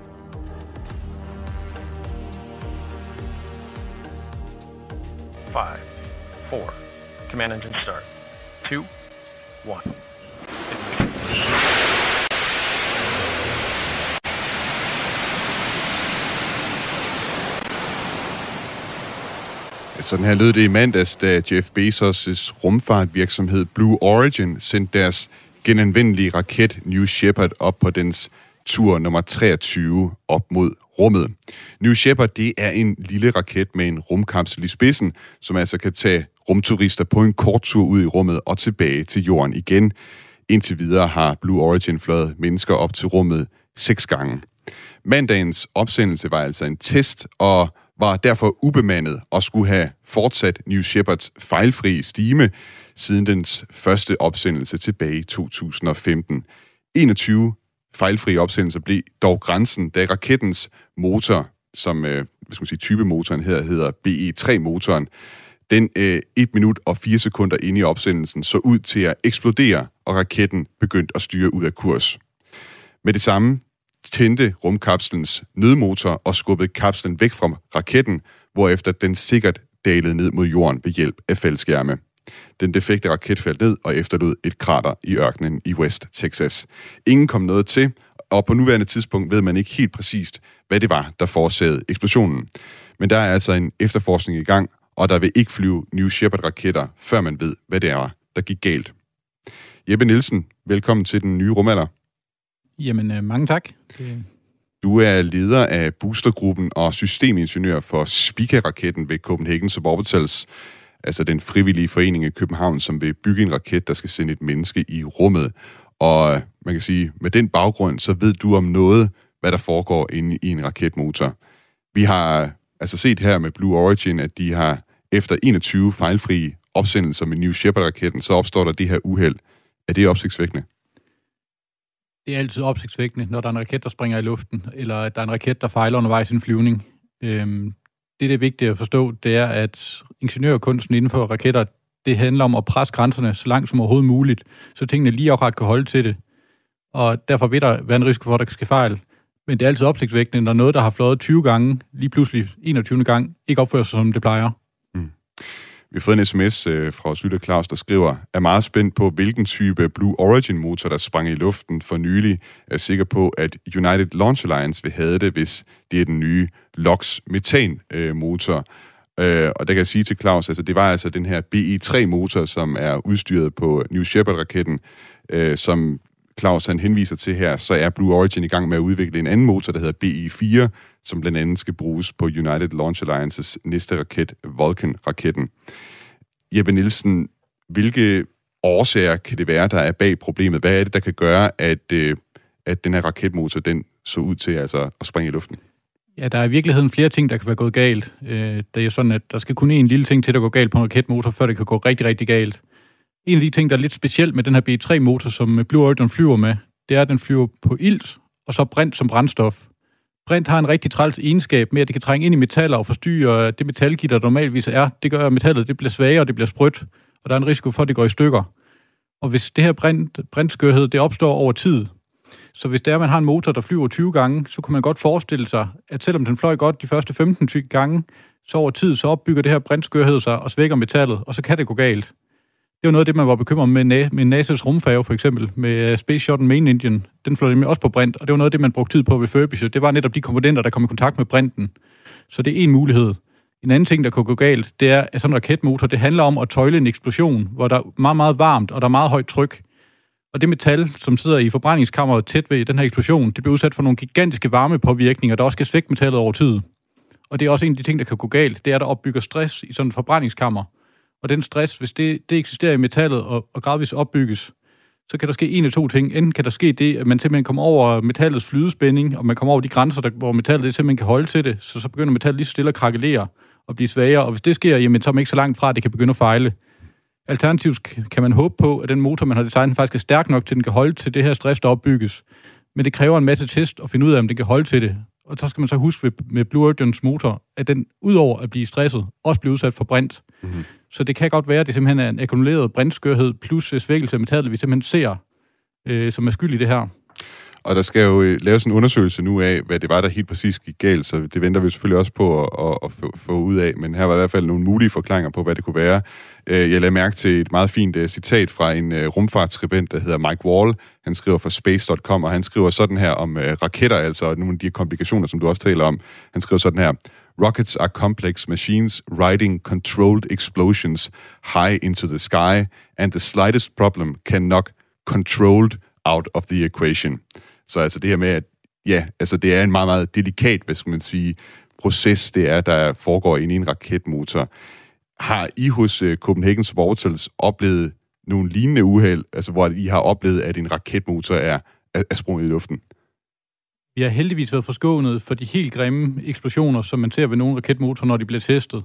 Five, four, command engine start. 2, 1. Sådan her lød det i mandags, da Jeff Bezos' rumfartvirksomhed Blue Origin sendte deres genanvendelige raket New Shepard op på dens tur nummer 23 op mod rummet. New Shepard, det er en lille raket med en rumkapsel i spidsen, som altså kan tage rumturister på en kort tur ud i rummet og tilbage til jorden igen. Indtil videre har Blue Origin fløjet mennesker op til rummet 6 gange. Mandagens opsendelse var altså en test, og var derfor ubemandet og skulle have fortsat New Shepards fejlfri stime siden dens første opsendelse tilbage i 2015. 21 fejlfrie opsendelser blev dog grænsen, da rakettens motor, som typemotoren hedder BE-3-motoren, den 1 minut og 4 sekunder inde i opsendelsen så ud til at eksplodere, og raketten begyndte at styre ud af kurs. Med det samme tændte rumkapslens nødmotor og skubbede kapslen væk fra raketten, hvorefter den sikkert dalede ned mod jorden ved hjælp af faldskærme. Den defekte raket faldt ned og efterlod et krater i ørkenen i West Texas. Ingen kom noget til, og på nuværende tidspunkt ved man ikke helt præcist, hvad det var, der forårsagede eksplosionen. Men der er altså en efterforskning i gang, og der vil ikke flyve New Shepard-raketter, før man ved, hvad det er, der gik galt. Jeppe Nielsen, velkommen til den nye rumalder. Jamen, mange tak. Du er leder af boostergruppen og systemingeniør for Spica-raketten ved Copenhagen Suborbitals, altså den frivillige forening i København, som vil bygge en raket, der skal sende et menneske i rummet. Og man kan sige, med den baggrund, så ved du om noget, hvad der foregår inde i en raketmotor. Vi har altså set her med Blue Origin, at de har efter 21 fejlfrie opsendelser med New Shepard-raketten, så opstår der det her uheld. Er det opsigtsvækkende? Det er altid opsigtsvækkende, når der er en raket, der springer i luften, eller der er en raket, der fejler undervejs i en flyvning. Det er vigtigt at forstå, det er, at ingeniørkunsten inden for raketter, det handler om at presse grænserne så langt som overhovedet muligt, så tingene lige akkurat kan holde til det. Og derfor vil der være en risiko for, at der kan ske fejl. Men det er altid opsigtsvækkende, når noget, der har fløjet 20 gange, lige pludselig 21. gang, ikke opfører sig, som det plejer. Vi har fået en sms fra vores lytter Claus, der skriver, er meget spændt på, hvilken type Blue Origin-motor, der sprang i luften for nylig. Er sikker på, at United Launch Alliance vil have det, hvis det er den nye LOX metan-motor. Og der kan jeg sige til Claus, altså det var altså den her BE-3-motor, som er udstyret på New Shepard-raketten, som Claus han henviser til her, så er Blue Origin i gang med at udvikle en anden motor, der hedder BE-4, som blandt andet skal bruges på United Launch Alliances næste raket, Vulcan-raketten. Jeppe Nielsen, hvilke årsager kan det være, der er bag problemet? Hvad er det, der kan gøre, at den her raketmotor, den så ud til altså at springe i luften? Ja, der er i virkeligheden flere ting, der kan være gået galt. Det er sådan, at der skal kun en lille ting til, der går galt på en raketmotor, før det kan gå rigtig, rigtig galt. En af de ting, der er lidt specielt med den her BE-3-motor, som Blue Origin flyver med, det er, at den flyver på ilt og så brint som brændstof. Brint har en rigtig træls egenskab med, at det kan trænge ind i metaller og forstyrre det metalgitter, der normalvis er. Det gør, at metallet det bliver svagere, og det bliver sprødt, og der er en risiko for, at det går i stykker. Og hvis det her brintskørhed, det opstår over tid, så hvis det er, at man har en motor, der flyver 20 gange, så kan man godt forestille sig, at selvom den fløj godt de første 15 gange, så over tid, så opbygger det her brintskørhed sig og svækker metallet, og så kan det gå galt. Det var noget af det, man var bekymret med NASA's rumfærge, for eksempel, med Space Shuttle Main Engine. Den fløj nemlig også på brint, og det var noget af det, man brugte tid på at refurbish. Det var netop de komponenter, der kom i kontakt med brinten. Så det er en mulighed. En anden ting, der kunne gå galt, det er, at sådan en raketmotor, det handler om at tøjle en eksplosion, hvor der er meget, meget varmt, og der er meget højt tryk. Og det metal, som sidder i forbrændingskammeret tæt ved den her eksplosion, det bliver udsat for nogle gigantiske varmepåvirkninger, der også skal svække metallet over tid. Og det er også en af de ting, der kan gå galt, det er, at der opbygger stress i sådan et forbrændingskammer. Og den stress, hvis det eksisterer i metallet og gradvist opbygges, så kan der ske en af to ting. Enten kan der ske det, at man simpelthen kommer over metallets flydespænding, og man kommer over de grænser, hvor metallet det simpelthen kan holde til det, så begynder metallet lige så stille at krakelere og blive svagere. Og hvis det sker, jamen, så er man ikke så langt fra, at det kan begynde at fejle. Alternativt kan man håbe på, at den motor, man har designet, faktisk er stærk nok til, at den kan holde til det her stress, der opbygges. Men det kræver en masse test at finde ud af, om den kan holde til det. Og så skal man så huske med Blue Origins motor, at den udover at blive stresset, også bliver udsat for brint. Mm-hmm. Så det kan godt være, at det simpelthen er en akkumuleret brintskørhed plus svækkelse af metallet, vi simpelthen ser, som er skyld i det her. Og der skal jo laves en undersøgelse nu af, hvad det var, der helt præcis gik galt, så det venter vi selvfølgelig også på at få ud af, men her var i hvert fald nogle mulige forklaringer på, hvad det kunne være. Jeg lagde mærke til et meget fint citat fra en rumfartsskribent, der hedder Mike Wall. Han skriver for Space.com, og han skriver sådan her om raketter, altså nogle af de komplikationer, som du også taler om. Han skriver sådan her: Rockets are complex machines riding controlled explosions high into the sky, and the slightest problem can knock controlled out of the equation. Så altså det her med, at ja, altså det er en meget, meget delikat, hvad skal man sige, proces, det er, der foregår inde i en raketmotor. Har I hos Copenhagen Suborbitals oplevet nogle lignende uheld, altså hvor I har oplevet, at en raketmotor er sprunget i luften? Vi har heldigvis været forskånet for de helt grimme eksplosioner, som man ser ved nogle raketmotorer, når de bliver testet.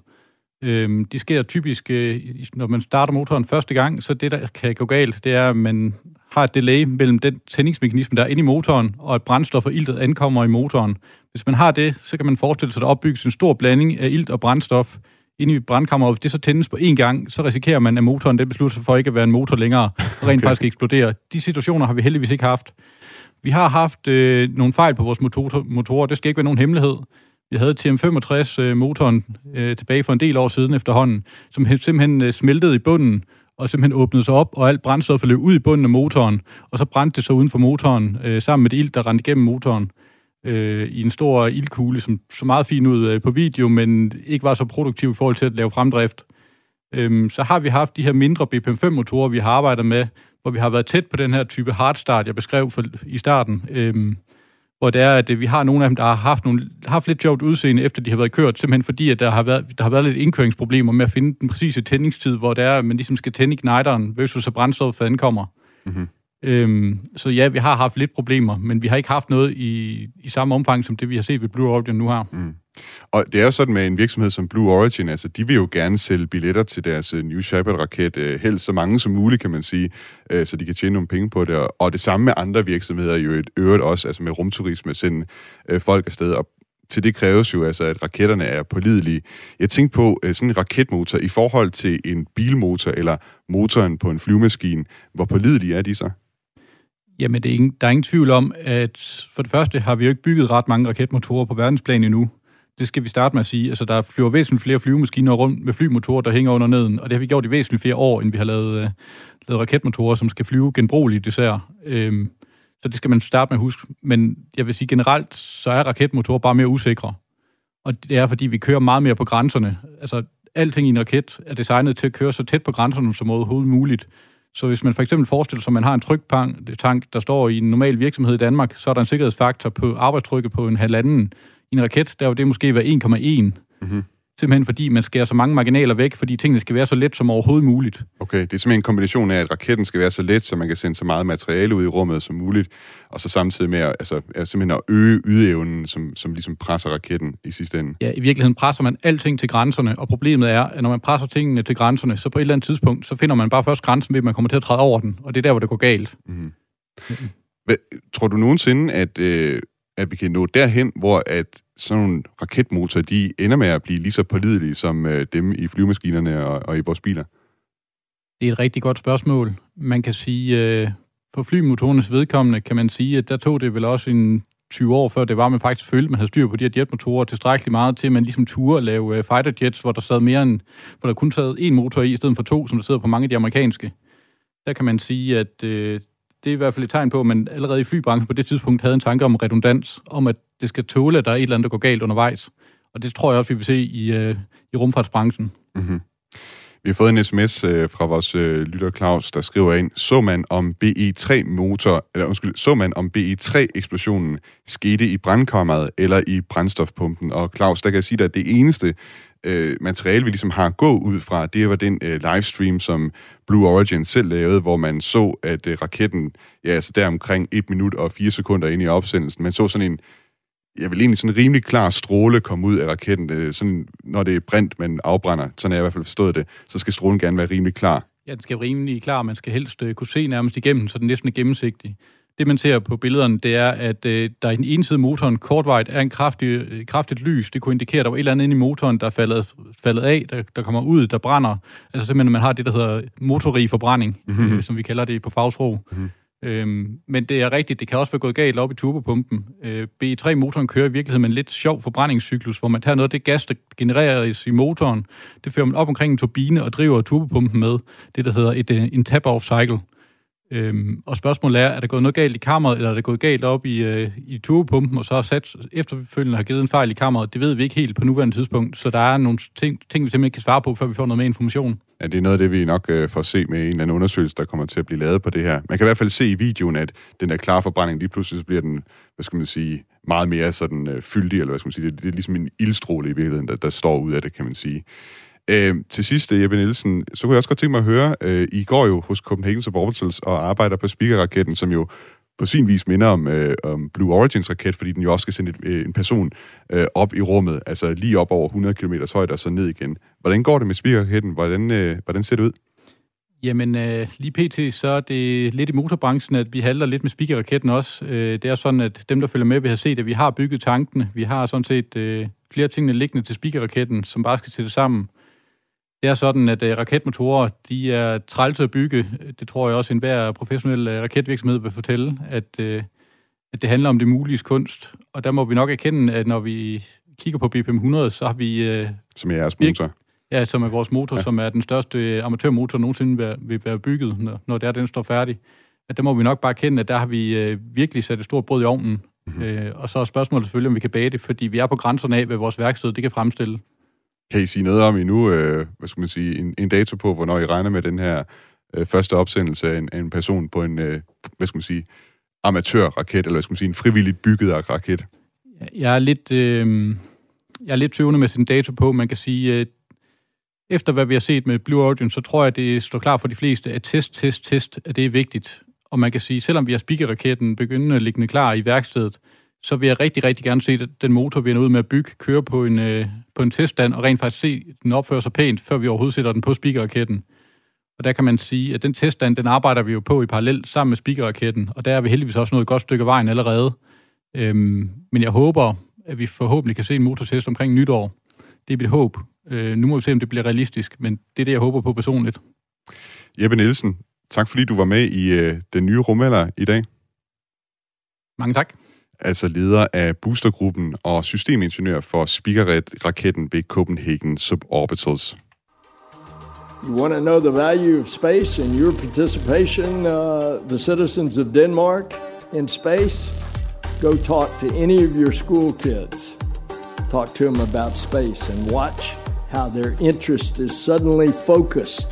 De sker typisk, når man starter motoren første gang, så det, der kan gå galt, det er, at man har et delay mellem den tændingsmekanisme, der er inde i motoren, og at brændstof og iltet ankommer i motoren. Hvis man har det, så kan man forestille sig, at der opbygges en stor blanding af ilt og brændstof inde i brandkammeret. Hvis det så tændes på én gang, så risikerer man, at motoren den beslutter sig for ikke at være en motor længere, og rent faktisk eksploderer. De situationer har vi heldigvis ikke haft. Vi har haft nogle fejl på vores motorer. Det skal ikke være nogen hemmelighed. Vi havde TM65-motoren tilbage for en del år siden efterhånden, som simpelthen smeltede i bunden, og simpelthen åbnede sig op, og alt brændstof løb ud i bunden af motoren, og så brændte det så uden for motoren, sammen med det ilt, der rendte igennem motoren, i en stor ildkugle, som så meget fint ud på video, men ikke var så produktiv i forhold til at lave fremdrift. Så har vi haft de her mindre BPM-5-motorer, vi har arbejdet med, hvor vi har været tæt på den her type hardstart, jeg beskrev i starten, hvor det er, at vi har nogle af dem, der har haft lidt sjovt udseende, efter de har været kørt, simpelthen fordi, at der har været lidt indkøringsproblemer med at finde den præcise tændingstid, hvor det er, at man ligesom skal tænde igniteren, versus at brændstoffet ankommer. Mm-hmm. Så ja, vi har haft lidt problemer, men vi har ikke haft noget i samme omfang, som det vi har set ved Blue Origin nu her. Mm. Og det er jo sådan med en virksomhed som Blue Origin, altså de vil jo gerne sælge billetter til deres New Shepard-raket, helst så mange som muligt, kan man sige, så de kan tjene nogle penge på det. Og det samme med andre virksomheder jo i øvrigt også, altså med rumturisme, sende folk afsted. Og til det kræves jo altså, at raketterne er pålidelige. Jeg tænkte på sådan en raketmotor i forhold til en bilmotor eller motoren på en flyvemaskine. Hvor pålidelige er de så? Jamen, der er ingen tvivl om, at for det første har vi jo ikke bygget ret mange raketmotorer på verdensplan endnu. Det skal vi starte med at sige. Altså, der flyver væsentligt flere flyvemaskiner rundt med flymotorer, der hænger under neden, og det har vi gjort i væsentligt flere år, end vi har lavet raketmotorer, som skal flyve genbrugeligt især. Så det skal man starte med at huske. Men jeg vil sige generelt, så er raketmotorer bare mere usikre. Og det er, fordi vi kører meget mere på grænserne. Altså, alting i en raket er designet til at køre så tæt på grænserne som overhovedet muligt. Så hvis man for eksempel forestiller sig, at man har en tryktank, der står i en normal virksomhed i Danmark, så er der en sikkerhedsfaktor på arbejdstrykket på 1,5. I en raket, der vil det måske være 1,1. Mm-hmm. Simpelthen fordi man skærer så mange marginaler væk, fordi tingene skal være så let som overhovedet muligt. Okay, det er simpelthen en kombination af, at raketten skal være så let, så man kan sende så meget materiale ud i rummet som muligt, og så samtidig med simpelthen at øge ydeevnen, som ligesom presser raketten i sidste ende. Ja, i virkeligheden presser man alting til grænserne, og problemet er, at når man presser tingene til grænserne, så på et eller andet tidspunkt, så finder man bare først grænsen ved, at man kommer til at træde over den, og det er der, hvor det går galt. Mm-hmm. Tror du nogensinde, at vi kan nå derhen, hvor at sådan nogle raketmotorer, de ender med at blive lige så pålidelige som dem i flyvemaskinerne og i vores biler? Det er et rigtig godt spørgsmål. Man kan sige, på flymotorernes vedkommende, kan man sige, at der tog det vel også en 20 år før det var, man faktisk følte, man havde styr på de her jetmotorer tilstrækkeligt meget til, at man ligesom turde at lave fighter jets, hvor der kun sad én motor i stedet for 2, som der sidder på mange af de amerikanske. Der kan man sige, at det er i hvert fald et tegn på, at man allerede i flybranchen på det tidspunkt havde en tanke om redundans, om at det skal tåle, at der er et eller andet, der går galt undervejs. Og det tror jeg også, vi vil se i rumfartsbranchen. Mm-hmm. Vi har fået en sms fra vores lytter Claus, der skriver ind, så man om BE3-eksplosionen skete i brandkammeret eller i brændstofpumpen. Og Claus, der kan jeg sige dig, at det eneste materiale, vi ligesom har gået ud fra, det var den livestream, som Blue Origin selv lavede, hvor man så, at raketten, altså der omkring 1 minut og 4 sekunder inde i opsendelsen, man så sådan en, jeg vil egentlig sådan en rimelig klar stråle komme ud af raketten. Sådan, når det er brændt, man afbrænder, sådan har jeg i hvert fald forstået det, så skal strålen gerne være rimelig klar. Ja, den skal være rimelig klar. Man skal helst kunne se nærmest igennem, så den næsten er gennemsigtig. Det, man ser på billederne, det er, at der i den ene side af motoren kortvejt er en kraftigt lys. Det kunne indikere, at der var et eller andet inde i motoren, der er faldet af, der kommer ud, der brænder. Altså simpelthen, man har det, der hedder motorrig forbrænding, som vi kalder det på fagsprog. Mm-hmm. Men det er rigtigt, det kan også være gået galt op i turbopumpen. BE3-motoren kører i virkeligheden med en lidt sjov forbrændingscyklus, hvor man tager noget af det gas, der genereres i motoren, det fører man op omkring en turbine og driver turbopumpen med det, der hedder en tap-off cycle. Og spørgsmålet er der gået noget galt i kammeret, eller er det gået galt op i turbopumpen, og så har efterfølgende har givet en fejl i kammeret? Det ved vi ikke helt på nuværende tidspunkt, så der er nogle ting vi simpelthen ikke kan svare på, før vi får noget mere information. Ja, det er noget af det, vi nok får se med en eller anden undersøgelse, der kommer til at blive lavet på det her. Man kan i hvert fald se i videoen, at den der klare forbrænding, lige pludselig så bliver den, meget mere sådan fyldig, eller det er ligesom en ildstråle i virkeligheden, der står ud af det, kan man sige. Til sidst, Jeppe Nielsen, så kunne jeg også godt tænke mig at høre, I går jo hos Copenhagen Suborbitals og arbejder på Spica-raketten, som jo på sin vis minder om Blue Origins raket, fordi den jo også skal sende en person op i rummet, altså lige op over 100 km højde og så ned igen. Hvordan går det med Spica-raketten? Hvordan ser det ud? Jamen, lige pt. Så er det lidt i motorbranchen, at vi handler lidt med Spica-raketten også. Det er sådan, at dem, der følger med, vil have set, at vi har bygget tankene. Vi har sådan set flere tingene liggende til Spica-raketten, som bare skal sættes sammen. Det er sådan, at raketmotorer, de er trælse at bygge. Det tror jeg også, enhver professionel raketvirksomhed vil fortælle, at det handler om det muliges kunst. Og der må vi nok erkende, at når vi kigger på BPM-100, så har vi... som er jeres motor? Ja, som er vores motor, som er den største amatørmotor nogensinde vil være bygget, når den står færdig. At der må vi nok bare erkende, at der har vi virkelig sat et stort brød i ovnen. Mm-hmm. Og så er spørgsmålet selvfølgelig, om vi kan bage det, fordi vi er på grænserne af, hvad vores værksted det kan fremstille. Kan I sige noget om endnu, en dato på, hvornår I regner med den her første opsendelse af en person på en, amatørraket, eller en frivilligt bygget raket? Jeg er lidt tøvende med sin dato på. Man kan sige, efter hvad vi har set med Blue Origin, så tror jeg, at det står klar for de fleste, at test, at det er vigtigt. Og man kan sige, selvom vi har Spica-raketten begyndende liggende klar i værkstedet, så vil jeg rigtig, rigtig gerne se, at den motor, vi er ude med at bygge, køre på en teststand, og rent faktisk se, at den opfører sig pænt, før vi overhovedet sætter den på Spica-raketten. Og der kan man sige, at den teststand, den arbejder vi jo på i parallel sammen med Spica-raketten, og der er vi heldigvis også nået et godt stykke af vejen allerede. Men jeg håber, at vi forhåbentlig kan se en motortest omkring nytår. Det er mit håb. Nu må vi se, om det bliver realistisk, men det er det, jeg håber på personligt. Jeppe Nielsen, tak fordi du var med i den nye rumalder i dag. Mange tak. Altså leder af boostergruppen og systemingeniør for Spica-raketten ved Copenhagen Suborbitals. You want to know the value of space and your participation, the citizens of Denmark, in space? Go talk to any of your school kids. Talk to them about space and watch how their interest is suddenly focused.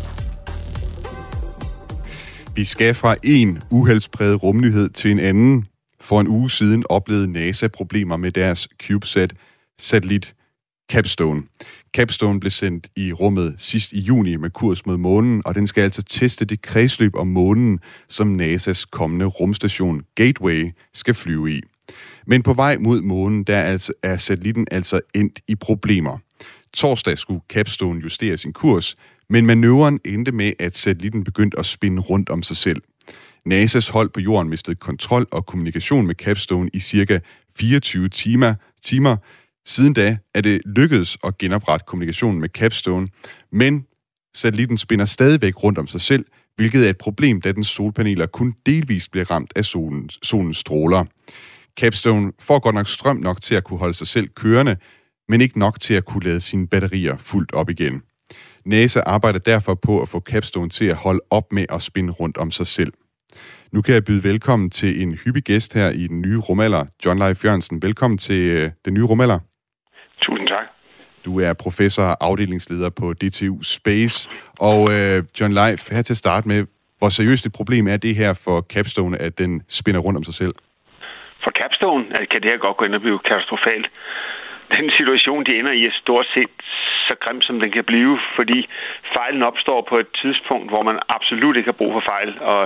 Vi skal fra en uheldspræget rumnyhed til en anden. For en uge siden oplevede NASA problemer med deres CubeSat-satellit Capstone. Capstone blev sendt i rummet sidst i juni med kurs mod månen, og den skal altså teste det kredsløb om månen, som NASA's kommende rumstation Gateway skal flyve i. Men på vej mod månen, der er satellitten altså endt i problemer. Torsdag skulle Capstone justere sin kurs, men manøvren endte med, at satellitten begyndte at spinde rundt om sig selv. NASA's hold på jorden mistede kontrol og kommunikation med Capstone i cirka 24 timer. Siden da er det lykkedes at genoprette kommunikationen med Capstone, men satellitten spinder stadigvæk rundt om sig selv, hvilket er et problem, da dens solpaneler kun delvist bliver ramt af solens stråler. Capstone får godt nok strøm nok til at kunne holde sig selv kørende, men ikke nok til at kunne lade sine batterier fuldt op igen. NASA arbejder derfor på at få Capstone til at holde op med at spinde rundt om sig selv. Nu kan jeg byde velkommen til en hyppig gæst her i den nye rumalder, John Leif Jørgensen. Velkommen til den nye rumalder. Tusind tak. Du er professor og afdelingsleder på DTU Space. Og John Leif, her til at starte med, hvor seriøst et problem er det her for Capstone, at den spinder rundt om sig selv? For Capstone kan det her godt gå ind og blive katastrofalt. Den situation, de ender i, er stort set så grim, som den kan blive, fordi fejlen opstår på et tidspunkt, hvor man absolut ikke har brug for fejl. Og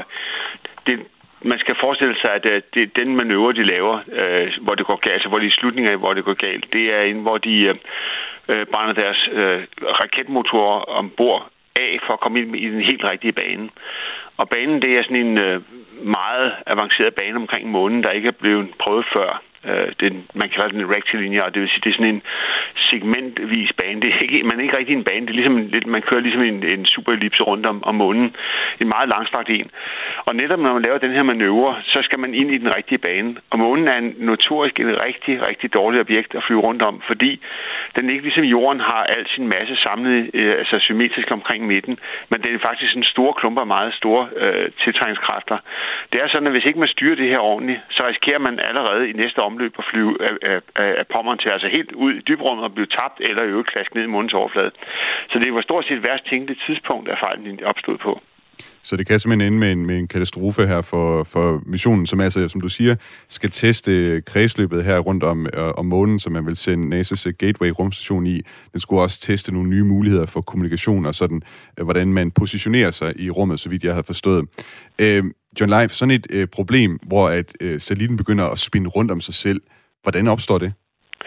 man skal forestille sig, at den manøvre, de laver, hvor det går galt, altså hvor de i slutningen, hvor det går galt, det er en, hvor de brænder deres raketmotorer ombord af for at komme ind i den helt rigtige bane. Og banen, det er sådan en meget avanceret bane omkring månen, der ikke er blevet prøvet før. Man kalder den en rectilinear, og det vil sige, det er sådan en segmentvis bane. Man er ikke rigtig en bane, det er ligesom man kører ligesom en superellipse rundt om månen. En meget langstrakt en. Og netop når man laver den her manøvre, så skal man ind i den rigtige bane. Og månen er notorisk et rigtig, rigtig dårligt objekt at flyve rundt om, fordi den ikke ligesom jorden har al sin masse samlet, altså symmetrisk omkring midten, men den er faktisk en stor klumper af meget store tiltrækningskræfter. Det er sådan, at hvis ikke man styrer det her ordentligt, så risikerer man allerede i næste omløb at flyve af Pommern til, altså helt ud i dybrummet og blive tabt, eller i øvrigt klaske ned i månens overflade. Så det var stort set værst tænkte tidspunkt, at fejlen opstod på. Så det kan simpelthen ende med en katastrofe her for missionen, som altså, som du siger, skal teste kredsløbet her rundt om månen, som man vil sende NASA's Gateway-rumstation i. Den skulle også teste nogle nye muligheder for kommunikation og sådan, hvordan man positionerer sig i rummet, så vidt jeg havde forstået. John Leif, sådan et problem, hvor at satellitten begynder at spinde rundt om sig selv, hvordan opstår det?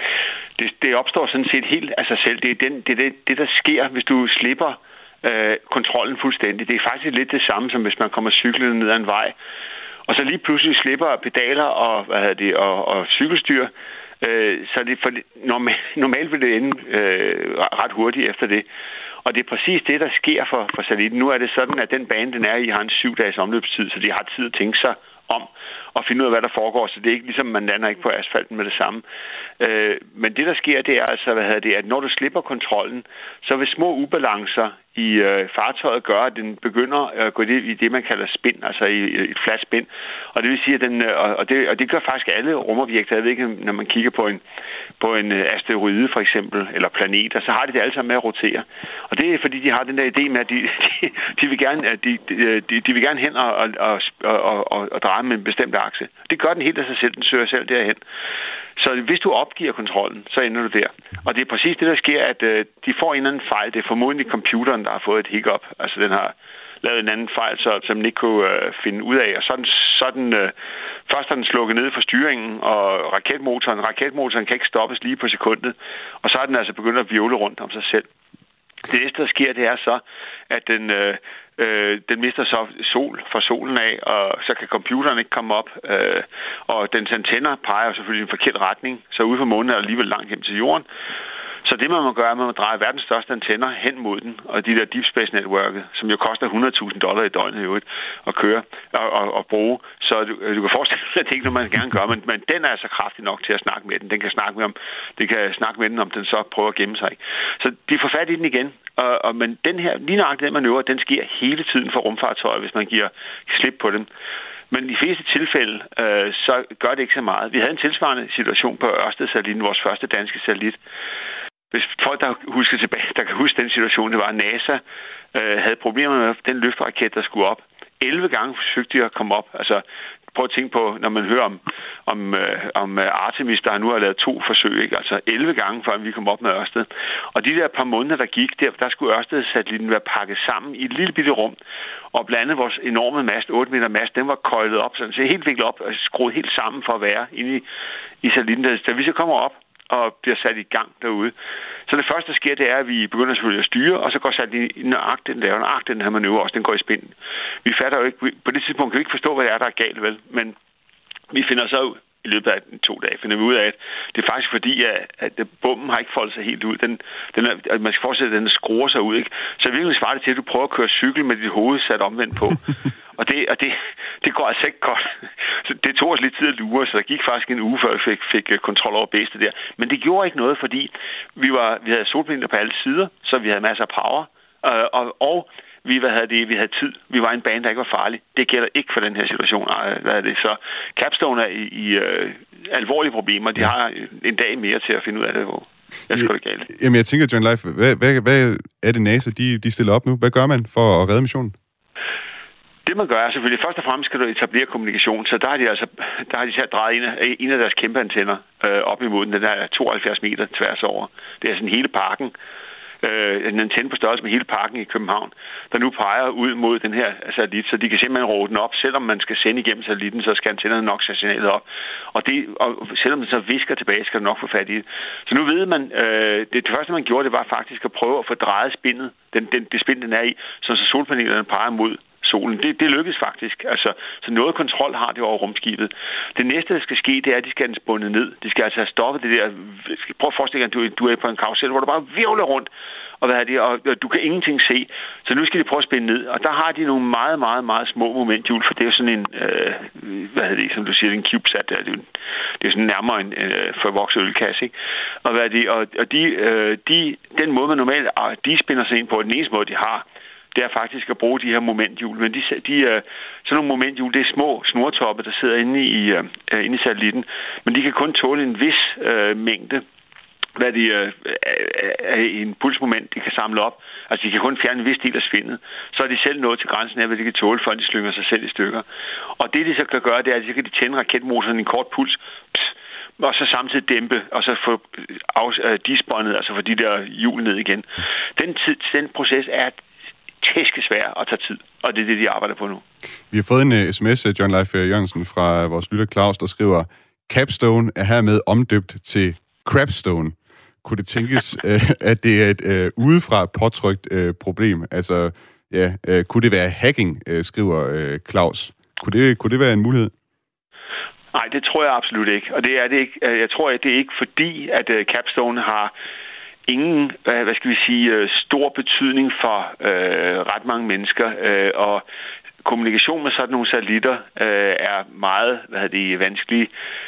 Det opstår sådan set helt af sig selv. Det er det, der sker, hvis du slipper kontrollen fuldstændig. Det er faktisk lidt det samme, som hvis man kommer cyklende ned ad en vej, og så lige pludselig slipper pedaler og cykelstyr, så normalt vil det ende ret hurtigt efter det. Og det er præcis det, der sker for satellitten. Nu er det sådan, at den bane, den er i, har en 7 dages omløbstid, så de har tid at tænke sig om og finde ud af, hvad der foregår. Så det er ikke ligesom, man lander ikke på asfalten med det samme. Men det, der sker, det er altså, at når du slipper kontrollen, så vil små ubalancer i fartøjet gøre, at den begynder at gå i det, man kalder spin, altså i et fladt spin. Og det vil sige, at det gør faktisk alle rumobjekter. Jeg ved ikke, når man kigger på en asteroide for eksempel, eller planeter, så har de det alle sammen med at rotere. Og det er fordi, de har den der idé med, at de vil gerne hen og dreje med en bestemt akse. Det gør den helt af sig selv. Den søger selv derhen. Så hvis du opgiver kontrollen, så ender du der. Og det er præcis det, der sker, at de får en eller anden fejl. Det er formodentlig computeren, der har fået et hiccup. Altså den har lavet en anden fejl, som den ikke kunne finde ud af. Og først har den slukket ned for styringen og raketmotoren. Raketmotoren kan ikke stoppes lige på sekundet. Og så har den altså begyndt at virvle rundt om sig selv. Det næste, der sker, det er så, at den mister så sol fra solen af, og så kan computeren ikke komme op, og dens antenner peger selvfølgelig i en forkert retning, så ude på månen er der alligevel langt hjem til jorden. Så det, man må gøre, er, at man må dreje verdens største antenner hen mod den, og de der Deep Space Networket, som jo koster $100,000 i døgnet i øvrigt at køre og bruge. Så du kan forestille dig, at det ikke er noget, man gerne gør, men den er altså kraftig nok til at snakke med den. Den kan snakke med den, om den så prøver at gemme sig. Så de får fat i den igen, men den her, lige nøjagtigt den manøvre, den sker hele tiden for rumfartøjer, hvis man giver slip på den. Men i de fleste tilfælde, så gør det ikke så meget. Vi havde en tilsvarende situation på Ørsted-satellitten, vores første danske satellit. Hvis folk, der husker tilbage, der kan huske den situation, det var, at NASA havde problemer med den løfteraket, der skulle op. 11 gange forsøgte de at komme op. Altså, prøv at tænke på, når man hører om Artemis, der nu har lavet 2 forsøg, ikke? Altså 11 gange, før vi kom op med Ørsted. Og de der par måneder, der gik, der skulle Ørsted-satellitten være pakket sammen i et lille bitte rum. Og blandt andet vores enorme mast, 8 meter mast, den var køjlet op, sådan, så helt viklet op og skruet helt sammen for at være inde i satellitten. Da vi så kommer op og bliver sat i gang derude. Så det første, der sker, det er, at vi begynder selvfølgelig at styre, og så går satellitten nøjagtigt den her manøvre også, den går i spind. Vi fatter jo ikke, på det tidspunkt kan vi ikke forstå, hvad det er, der er galt, vel? Men vi finder så ud, i løbet af 2 dage, finder vi ud af, at det er faktisk fordi, at bomben har ikke foldet sig helt ud. Man skal forestille, at den skruer sig ud, ikke? Så virkelig svarer det til, at du prøver at køre cykel med dit hoved sat omvendt på. det går altså ikke godt. Så det tog os lidt tid at lure, så der gik faktisk en uge, før vi fik kontrol over bæstet der. Men det gjorde ikke noget, fordi vi havde solpaneler på alle sider, så vi havde masser af power, og vi havde tid. Vi var en bane, der ikke var farlig. Det gælder ikke for den her situation. Så Capstone er i alvorlige problemer. De har en dag mere til at finde ud af det, hvor jeg skal det galt. Jamen, jeg tænker, John Leif, hvad er det NASA, de stiller op nu? Hvad gør man for at redde missionen? Det man gør er selvfølgelig, først og fremmest skal du etablere kommunikation, så der har de selv drejet en af deres kæmpe antenner op imod den der 72 meter tværs over. Det er sådan hele parken. En antenne på størrelse med hele parken i København, der nu peger ud mod den her satellit, så de kan simpelthen råde den op. Selvom man skal sende igennem satellitten, så skal antennerne nok sætte signalet op. Og selvom den så visker tilbage, skal den nok få fat i det. Så nu ved man, det første man gjorde, det var faktisk at prøve at få drejet spindet, det spind den er i, så solpanelerne peger mod solen. Det lykkedes faktisk. Altså, så noget kontrol har det over rumskibet. Det næste, der skal ske, det er, at de skal have den spundet ned. De skal altså have stoppet det der. Prøv at forestille dig, at du er på en karusel, hvor du bare virvler rundt, og du kan ingenting se. Så nu skal de prøve at spænde ned. Og der har de nogle meget, meget, meget små momenthjul, for det er jo sådan en, som du siger, en CubeSat. Det er sådan nærmere en forvokset ølkasse, ikke? Og den måde, man normalt de spænder sig ind på, den eneste måde, de har, det er faktisk at bruge de her momenthjul. Men sådan nogle momenthjul, det er små snortoppe, der sidder inde i satellitten. Men de kan kun tåle en vis mængde en pulsmoment, de kan samle op. Altså, de kan kun fjerne en vis del af svindet. Så er de selv nået til grænsen af, hvad de kan tåle, før de slynger sig selv i stykker. Og det, de så kan gøre, det er, at så kan de tænde raketmotoren i en kort puls, og så samtidig dæmpe, og så få despåndet, altså få de der hjul ned igen. Den proces er tæskesvær og tager tid, og det er det, de arbejder på nu. Vi har fået en sms af John Leif Jørgensen fra vores lytter Claus, der skriver, Capstone er hermed omdøbt til Crapstone. Kunne det tænkes, at det er et udefra påtrykt problem? Altså, ja, kunne det være hacking, skriver Claus. Kunne det være en mulighed? Nej, det tror jeg absolut ikke. Og det er det ikke. Jeg tror, at det er ikke fordi, at Capstone har ingen, stor betydning for ret mange mennesker. Og kommunikation med sådan nogle satellitter er meget, vanskelig.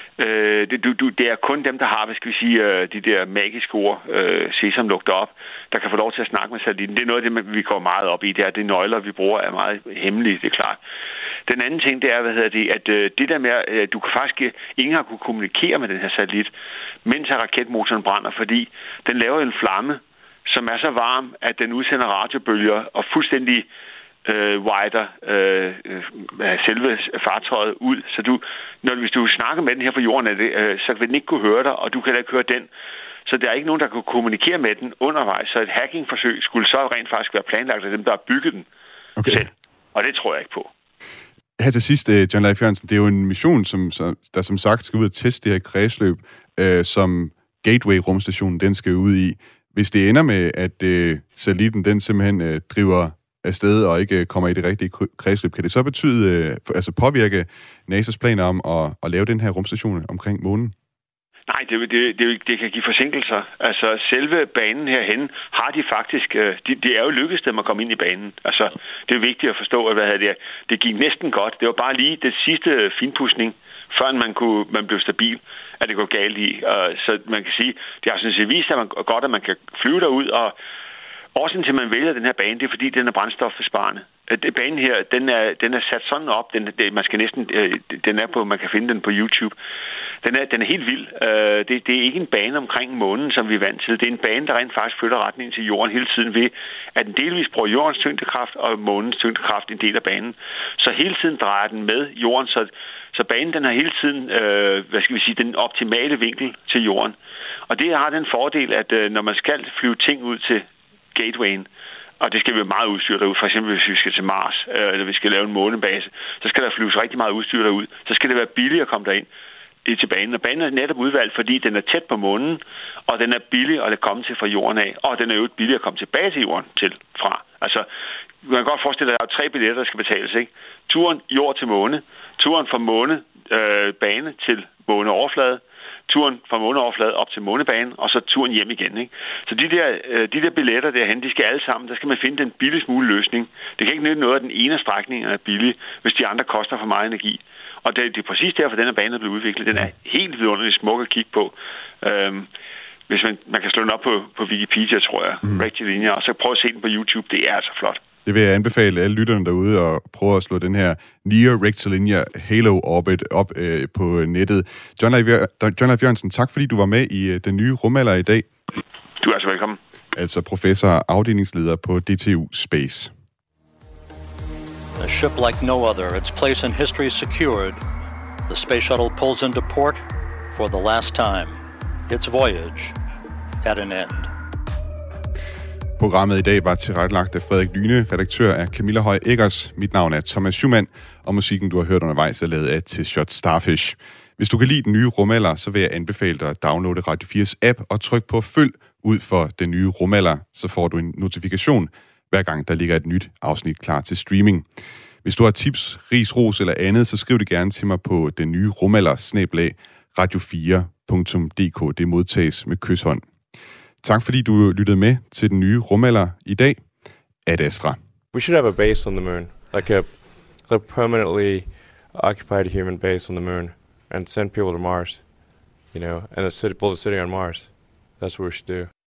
Det er kun dem, der har, de der magiske ord, sesam lugter op, der kan få lov til at snakke med satellitten. Det er noget af det, vi går meget op i. Det er de nøgler, vi bruger, er meget hemmelige, det er klart. Den anden ting, det er, at det der med, at du kan faktisk ikke har kunne kommunikere med den her satellit, mens raketmotoren brænder, fordi den laver en flamme, som er så varm, at den udsender radiobølger og fuldstændig wider selve fartøjet ud. Så hvis du snakker med den her fra jorden, så vil den ikke kunne høre dig, og du kan da ikke høre den. Så der er ikke nogen, der kan kommunikere med den undervejs. Så et hackingforsøg skulle så rent faktisk være planlagt af dem, der har bygget den selv. Og det tror jeg ikke på. Her til sidst, John Leif Jørgensen, det er jo en mission, der som sagt skal ud og teste det her kredsløb, som Gateway-rumstationen den skal ud i. Hvis det ender med, at satellitten den simpelthen driver afsted og ikke kommer i det rigtige kredsløb, kan det så påvirke NASA's planer om at lave den her rumstation omkring månen? Nej, det kan give forsinkelser. Altså, selve banen herhen har de faktisk... Det er jo lykkedes dem at komme ind i banen. Altså, det er vigtigt at forstå, at det gik næsten godt. Det var bare lige det sidste finpudsning, før man blev stabil, at det går galt i. Så man kan sige, det har sådan set vist, at man kan flyve derud, og årsagen til, at man vælger den her bane, det er, fordi den er brændstofbesparende. Banen her, den er sat sådan op, man kan finde den på YouTube. Den er helt vild. Det er ikke en bane omkring månen, som vi er vant til. Det er en bane, der rent faktisk flytter retningen til jorden hele tiden ved, at den delvis bruger jordens tyngdekraft og månens tyngdekraft en del af banen. Så hele tiden drejer den med jorden, så banen den har hele tiden, den optimale vinkel til jorden. Og det har den fordel, at når man skal flyve ting ud til Gatewayen, og det skal vi meget udstyr derud. For eksempel, hvis vi skal til Mars, eller vi skal lave en månebase, så skal der flyves rigtig meget udstyr derud. Så skal det være billigt at komme derind til banen. Og banen er netop udvalgt, fordi den er tæt på månen, og den er billig at komme til fra jorden af, og den er jo billig at komme tilbage til jorden fra. Altså, man kan godt forestille sig, at der er 3 billetter, der skal betales, ikke? Turen jord til måne, turen fra måne bane til måneoverflade, turen fra måneoverfladen op til månebanen, og så turen hjem igen. Ikke? Så de der billetter derhen, de skal alle sammen, der skal man finde den billigst mulige løsning. Det kan ikke nytte noget, at den ene strækning er billig, hvis de andre koster for meget energi. Og det er præcis derfor, den her bane er blevet udviklet. Den er helt vidunderligt smuk at kigge på. Hvis man kan slå den op på Wikipedia, tror jeg, Rectilinear, og så prøve at se den på YouTube. Det er altså flot. Det vil jeg anbefale alle lytterne derude at prøve at slå den her Near Rectilinear Halo Orbit op på nettet. John Leif Jørgensen, tak fordi du var med i den nye rumalder i dag. Du er altså velkommen. Altså professor og afdelingsleder på DTU Space. A ship like no other, its place in history secured. The space shuttle pulls into port for the last time. Its voyage at an end. Programmet i dag var tilrettelagt af Frederik Lyne, redaktør af Camilla Høj Eggers. Mit navn er Thomas Schumann, og musikken, du har hørt undervejs, er lavet af T-Shot Starfish. Hvis du kan lide den nye rumalder, så vil jeg anbefale dig at downloade Radio 4's app og tryk på følg ud for den nye rumalder, så får du en notifikation, hver gang der ligger et nyt afsnit klar til streaming. Hvis du har tips, ris, ros eller andet, så skriv det gerne til mig på den nye rumalder @radio4.dk. Det modtages med kyshånd. Tak fordi du lyttede med til den nye rumalder i dag. Ad Astra. We should have a base on the moon, like a permanently occupied human base on the moon, and send people to Mars, and build a city on Mars. That's what we should do.